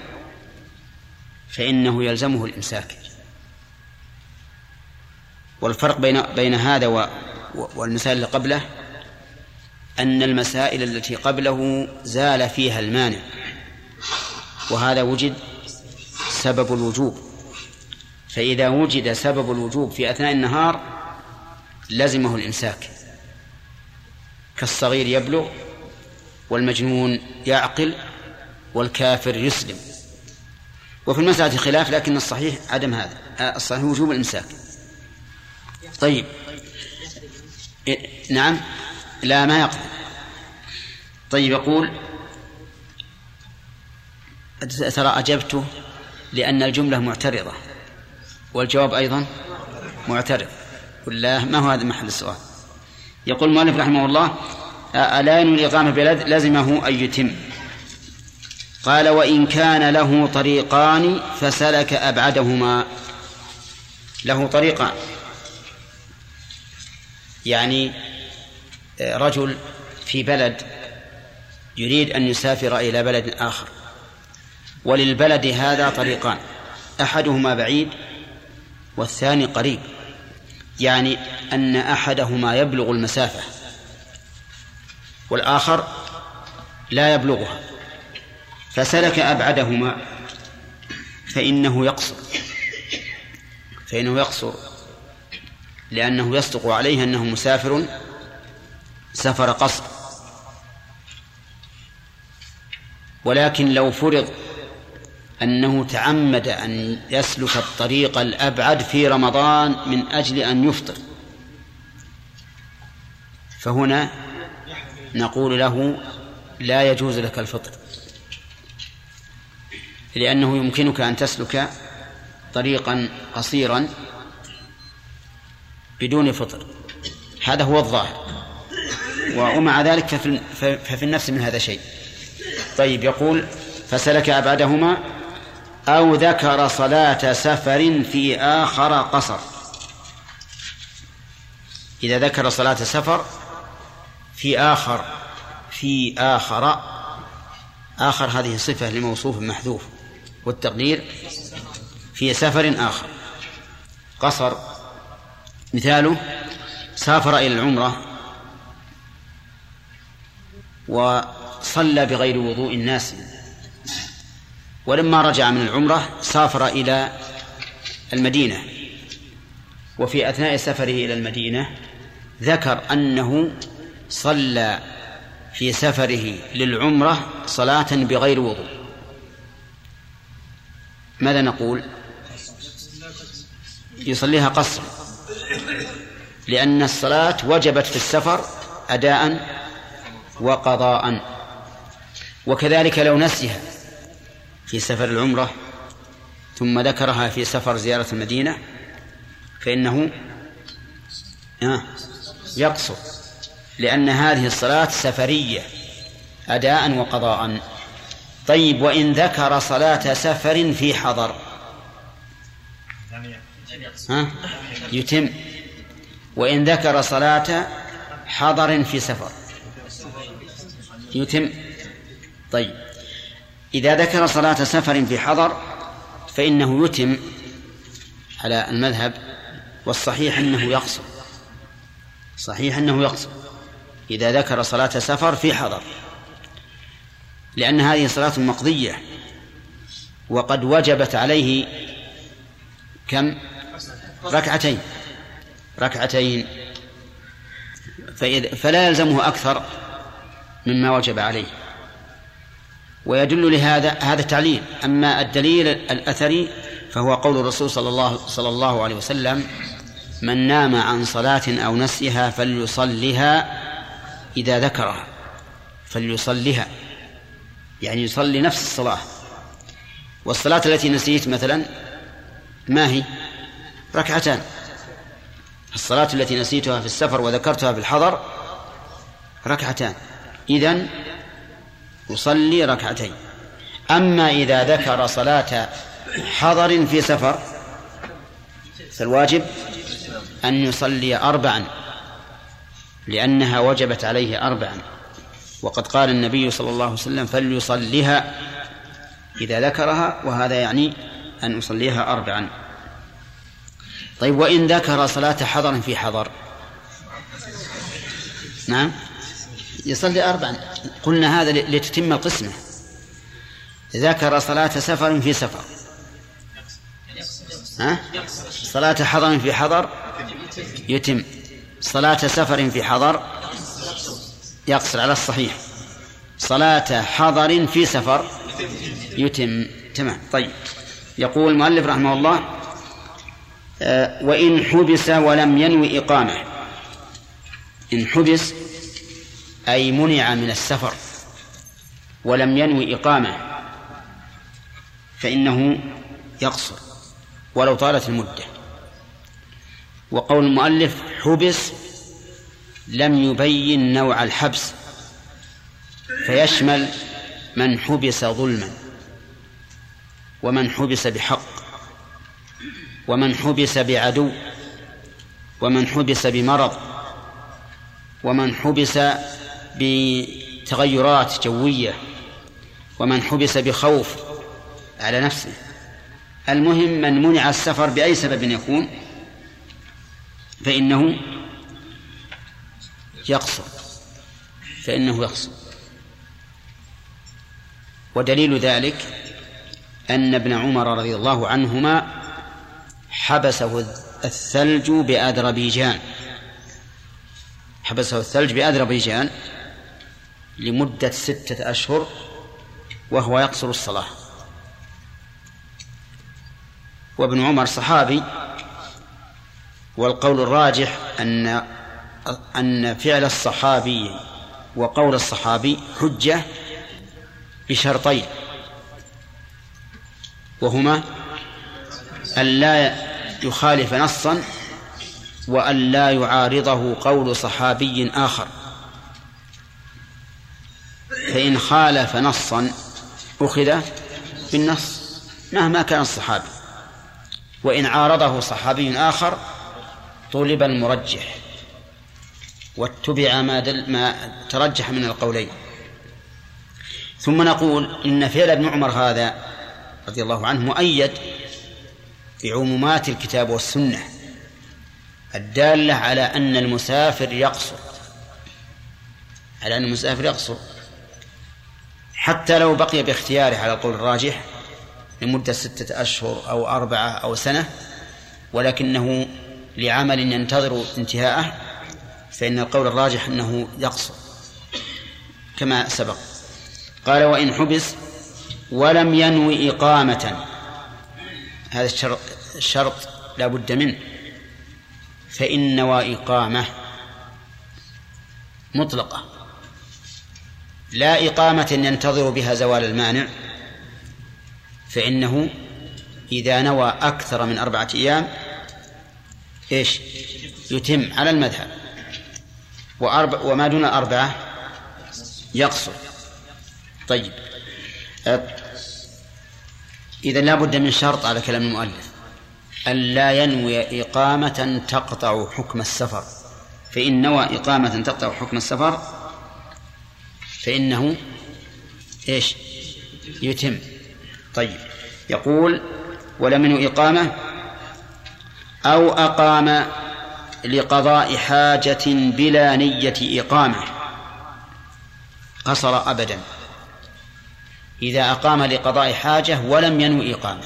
فإنه يلزمه الإمساك. والفرق بين بين هذا والمسائل اللي قبله أن المسائل التي قبله زال فيها المانع، وهذا وجد سبب الوجوب، فإذا وجد سبب الوجوب في أثناء النهار لزمه الإمساك، كالصغير يبلغ والمجنون يعقل والكافر يسلم. وفي المسألة خلاف، لكن الصحيح عدم هذا، الصحيح وجوب الإمساك. طيب، نعم، لا ما يقضي. طيب، يقول ترى أجبته لأن الجملة معترضة والجواب أيضا معترض، والله ما هو هذا محل السؤال. يقول المؤلف رحمه الله: ألا ينوي الإقامة بلد لزمه أن يتم. قال: وإن كان له طريقان فسلك أبعدهما. له طريقان، يعني رجل في بلد يريد أن يسافر إلى بلد آخر، وللبلد هذا طريقان، أحدهما بعيد والثاني قريب، يعني أن أحدهما يبلغ المسافة والآخر لا يبلغها، فسلك أبعدهما فإنه يقصر فإنه يقصر لأنه يصدق عليه أنه مسافر سفر قصر. ولكن لو فرض أنه تعمد أن يسلك الطريق الأبعد في رمضان من أجل أن يفطر، فهنا نقول له: لا يجوز لك الفطر، لأنه يمكنك أن تسلك طريقا قصيرا بدون فطر، هذا هو الظاهر، ومع ذلك ففي, ففي النفس من هذا شيء. طيب، يقول: فسلك أبعدهما أو ذكر صلاة سفر في آخر قصر. إذا ذكر صلاة سفر في آخر في آخر آخر هذه صفة لموصوف محذوف، والتقدير في سفر آخر قصر. مثاله: سافر إلى العمرة وصلى بغير وضوء الناس، ولما رجع من العمرة سافر إلى المدينة، وفي أثناء سفره إلى المدينة ذكر أنه صلى في سفره للعمرة صلاة بغير وضوء، ماذا نقول؟ يصليها قصر، لأن الصلاة وجبت في السفر أداء وقضاء. وكذلك لو نسيها في سفر العمرة ثم ذكرها في سفر زيارة المدينة فإنه يقصر، لأن هذه الصلاة سفرية أداء وقضاء. طيب، وإن ذكر صلاة سفر في حضر ها؟ يتم. وإن ذكر صلاة حضر في سفر يتم. طيب، إذا ذكر صلاة سفر في حضر فإنه يتم على المذهب، والصحيح أنه يقصر، صحيح أنه يقصر إذا ذكر صلاة سفر في حضر، لأن هذه صلاة مقضية وقد وجبت عليه كم؟ ركعتين ركعتين فلا يلزمه أكثر مما وجب عليه. ويدل لهذا هذا تعليل. أما الدليل الأثري فهو قول الرسول صلى الله, صلى الله عليه وسلم: من نام عن صلاة أو نسيها فليصلها إذا ذكرها، فليصلها يعني يصلي نفس الصلاة. والصلاة التي نسيت مثلا ما هي؟ ركعتان، الصلاة التي نسيتها في السفر وذكرتها في الحضر ركعتان، إذن يصلي ركعتين. أما إذا ذكر صلاة حضر في سفر فالواجب أن يصلي أربعا، لأنها وجبت عليه أربعا، وقد قال النبي صلى الله عليه وسلم فليصليها إذا ذكرها، وهذا يعني أن يصليها أربعا. طيب وإن ذكر صلاة حضر في حضر؟ نعم يصلي أربعا. قلنا هذا لتتم القسمة. ذكر صلاة سفر في سفر، ها؟ صلاة حضر في حضر يتم، صلاة سفر في حضر يقصر على الصحيح، صلاة حضر في سفر يتم. تمام. طيب يقول المؤلف رحمه الله آه وإن حبس ولم ينوي إقامة. إن حبس أي منع من السفر ولم ينوي إقامة فإنه يقصر ولو طالت المدة. وقول المؤلف حبس لم يبين نوع الحبس، فيشمل من حبس ظلما، ومن حبس بحق، ومن حبس بعدو، ومن حبس بمرض، ومن حبس بتغيرات جوية، ومن حبس بخوف على نفسه. المهم من منع السفر بأي سبب يكون فإنه يقصر فإنه يقصر ودليل ذلك أن ابن عمر رضي الله عنهما حبسه الثلج بأذربيجان حبسه الثلج بأذربيجان لمدة ستة أشهر وهو يقصر الصلاة. وابن عمر صحابي، والقول الراجح أن أن فعل الصحابي وقول الصحابي حجة بشرطين، وهما أن لا يخالف نصا وأن لا يعارضه قول صحابي آخر. فإن خالف نصا أخذ بالنص مهما كان الصحابي، وإن عارضه صحابي آخر طلب المرجح واتبع ما, دل ما ترجح من القولين. ثم نقول إن فعل ابن عمر هذا رضي الله عنه مؤيد بعمومات الكتاب والسنة الدالة على أن المسافر يقصر على أن المسافر يقصر حتى لو بقي باختياره على القول الراجح لمدة ستة أشهر أو أربعة أو سنة، ولكنه لعمل ينتظر انتهاءه، فإن القول الراجح أنه يقصر كما سبق. قال وإن حبس ولم ينوي إقامة، هذا الشرط, الشرط لا بد منه، فإن نوى إقامة مطلقة لا إقامة ينتظر بها زوال المانع، فإنه إذا نوى أكثر من أربعة أيام إيش يتم على المذهب، وأربع وما دون أربعة يقصر. طيب إذا لا بد من شرط على كلام المؤلف أن لا ينوي إقامة تقطع حكم السفر، فإن نوى إقامة تقطع حكم السفر فإنه إيش يتم. طيب يقول ولم ينوي إقامة أو أقام لقضاء حاجة بلا نية إقامة قصر أبدا. إذا أقام لقضاء حاجة ولم ينوي إقامة،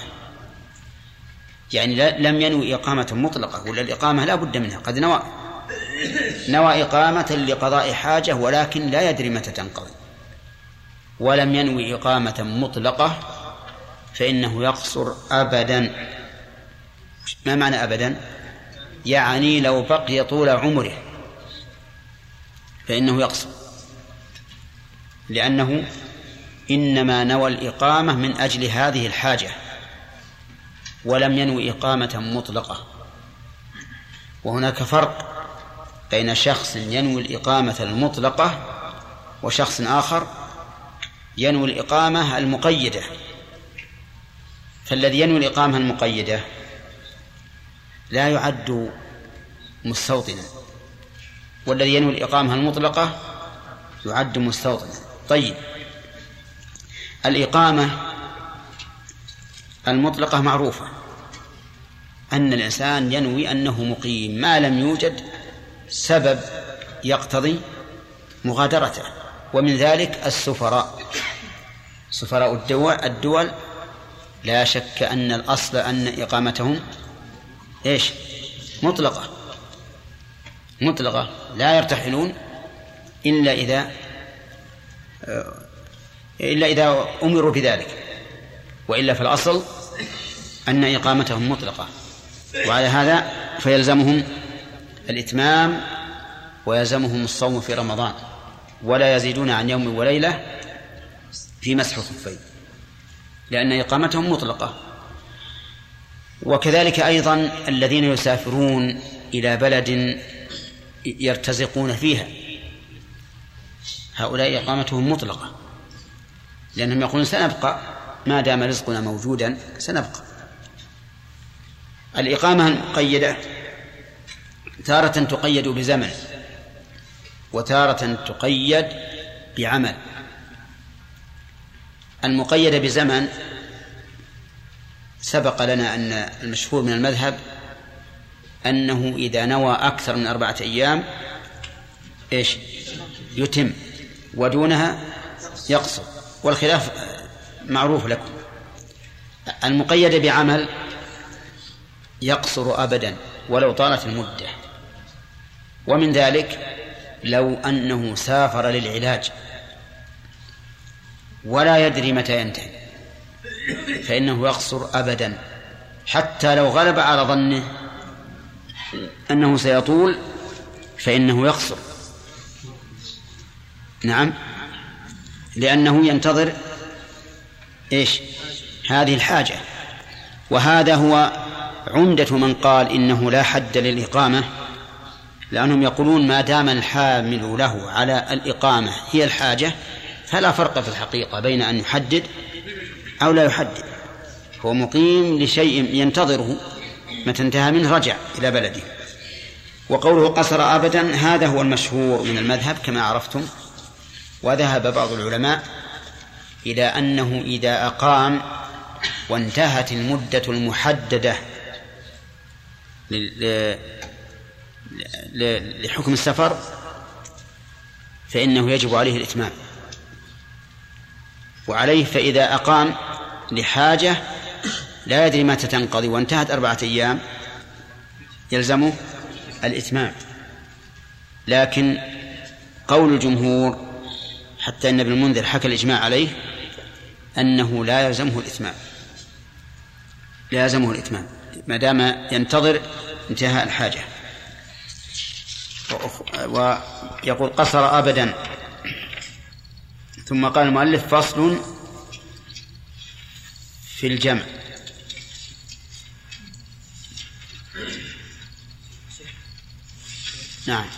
يعني لم ينوي إقامة مطلقة، ولا الإقامة لا بد منها، قد نوى نوى إقامة لقضاء حاجة ولكن لا يدري متى تنقضي، ولم ينوي إقامة مطلقة فإنه يقصر أبدا. ما معنى أبدا؟ يعني لو بقي طول عمره فإنه يقصر، لأنه إنما نوى الإقامة من أجل هذه الحاجة ولم ينوي إقامة مطلقة. وهناك فرق بين شخص ينوي الإقامة المطلقة وشخص آخر ينوي الإقامة المقيدة. فالذي ينوي الإقامة المقيدة لا يعد مستوطنا، والذي ينوي الإقامة المطلقة يعد مستوطنا. طيب، الإقامة المطلقة معروفة أن الإنسان ينوي أنه مقيم ما لم يوجد سبب يقتضي مغادرته، ومن ذلك السفراء سفراء الدول, الدول لا شك أن الأصل أن إقامتهم إيش؟ مطلقة مطلقة لا يرتحلون إلا إذا إلا إذا أمروا بذلك، وإلا في الأصل أن إقامتهم مطلقة. وعلى هذا فيلزمهم الإتمام ويلزمهم الصوم في رمضان، ولا يزيدون عن يوم وليلة في مسح الخفين، لأن إقامتهم مطلقة. وكذلك أيضا الذين يسافرون إلى بلد يرتزقون فيها، هؤلاء إقامتهم مطلقة، لأنهم يقولون سنبقى ما دام رزقنا موجودا سنبقى. الإقامة المقيدة تارة تقيد بزمن وتارة تقيد بعمل. المقيدة بزمن سبق لنا أن المشهور من المذهب أنه إذا نوى أكثر من أربعة أيام إيش يتم، ودونها يقصر، والخلاف معروف لكم. المقيدة بعمل يقصر أبدا ولو طالت المدة، ومن ذلك لو أنه سافر للعلاج ولا يدري متى ينتهي فإنه يقصر أبدا، حتى لو غلب على ظنه أنه سيطول فإنه يقصر. نعم، لأنه ينتظر إيش هذه الحاجة. وهذا هو عمدة من قال إنه لا حد للإقامة، لأنهم يقولون ما دام الحامل له على الإقامة هي الحاجة فلا فرق في الحقيقة بين أن يحدد أو لا يحدد، هو مقيم لشيء ينتظره، متى انتهى منه رجع إلى بلده. وقوله قصر أبدا هذا هو المشهور من المذهب كما عرفتم. وذهب بعض العلماء إلى أنه إذا أقام وانتهت المدة المحددة لحكم السفر فإنه يجب عليه الإتمام، وعليه فإذا أقام لحاجة لا يدري متى تنقضي وانتهت أربعة أيام يلزمه الإتمام. لكن قول الجمهور حتى إن ابن المنذر حكى الإجماع عليه أنه لا يلزمه الإتمام، لا يلزمه الإتمام ما دام ينتظر انتهاء الحاجة. ويقول قصر أبدا. ثم قال المؤلف فصل في الجمع. نعم،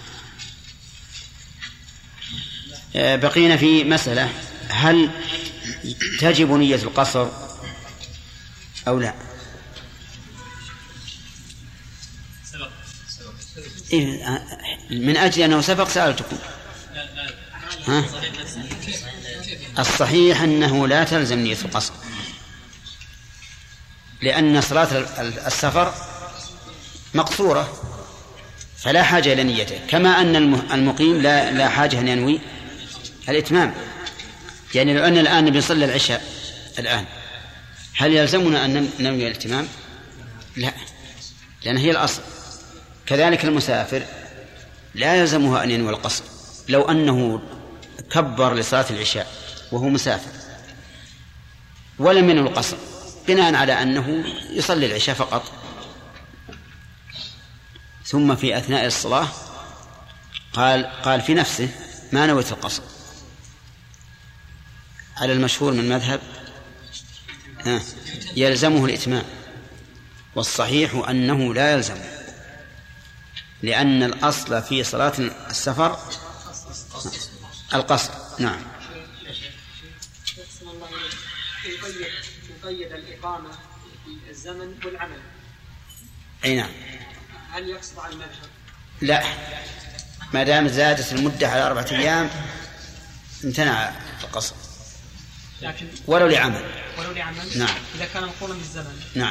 بقينا في مسألة هل تجب نية القصر أو لا؟ إيه من أجل أنه سبق سألتكم. ها؟ الصحيح أنه لا تلزم نية القصر، لأن صلاة السفر مقصورة فلا حاجة إلى نيته، كما أن المقيم لا لا حاجة أن ينوي الإتمام. يعني لو أن الآن بنصلي العشاء الآن هل يلزمنا أن ننوي الإتمام؟ لا، لأن هي الأصل. كذلك المسافر لا يلزمه أن ينوي القصر لو أنه كبر لصلاة العشاء وهو مسافر ولم ينوي القصر بناء على أنه يصلي العشاء فقط، ثم في أثناء الصلاة قال قال في نفسه ما نويت القصر. على المشهور من المذهب يلزمه الإتمام، والصحيح أنه لا يلزمه، لأن الأصل في صلاة السفر القصر. نعم. يقيد يقيد الإقامة بالزمن والعمل. أي نعم. هل يقصد على المذهب؟ لا، ما دام زادت المدة على أربعة أيام امتنع القصر. لكن ولو لعمل. ولو لعمل. نعم. إذا كان مقولا بالزمن. نعم.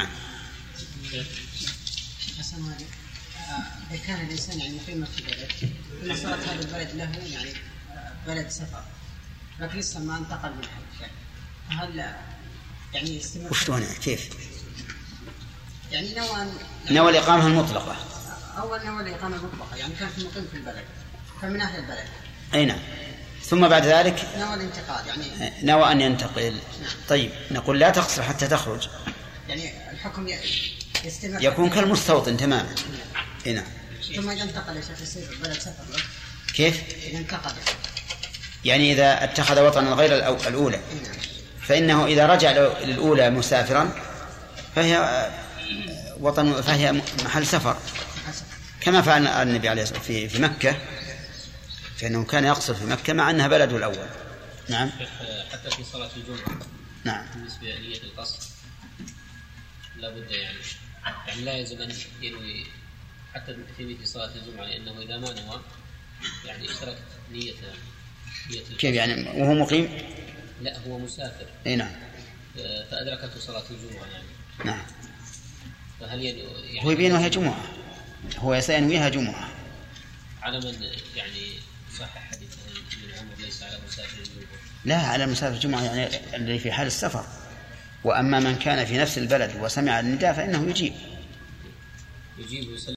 حسن هذا إذا كان الإنسان يعني يقيم في بلد ثم صارت هذا البلد له يعني بلد سفر لكن لسه ما انتقل من حج، هل يعني يستمر؟ وش تعني كيف؟ يعني نوى نوى الإقامة المطلقة. أول نوى الإقامة المطلقة يعني كان في مقيم في البلد كان من أهل البلد. أي نعم. ثم بعد ذلك نوى الانتقال يعني نوى أن ينتقل. نعم. طيب نقول لا تقصر حتى تخرج. يعني الحكم يستمر يكون كالمستوطن تماما. اي نعم. ثم إذا انتقل يا شيخ يصير بلد سفر له. كيف؟ إذا انتقل يعني إذا اتخذ وطنا غير الأولى فإنه إذا رجع للأولى مسافرا فهي وطن فهي محل سفر كما فعل النبي عليه الصلاة والسلام في مكة، فإنه كان يقصر في مكة مع أنها بلده الأول. نعم. حتى في صلاة الجمعة. نعم. بالنسبة لنية القصر لابد يعني يعني لا يلزم أن ينوي حتى في مثل صلاة الجمعة، لأنه إذا ما نوى يعني اشتركت نية نية كيف يعني وهو مقيم؟ لا هو مسافر. اي نعم. فأدركته صلاة الجمعة يعني. نعم. فهل يعني هو يبينها جمعة، هو سينويها جمعة. على من يعني صحح حديث العمر ليس على مسافر الجمعة. لا على مسافر الجمعة يعني اللي في حال السفر، وأما من كان في نفس البلد وسمع النداء فإنه يجيب. يجيب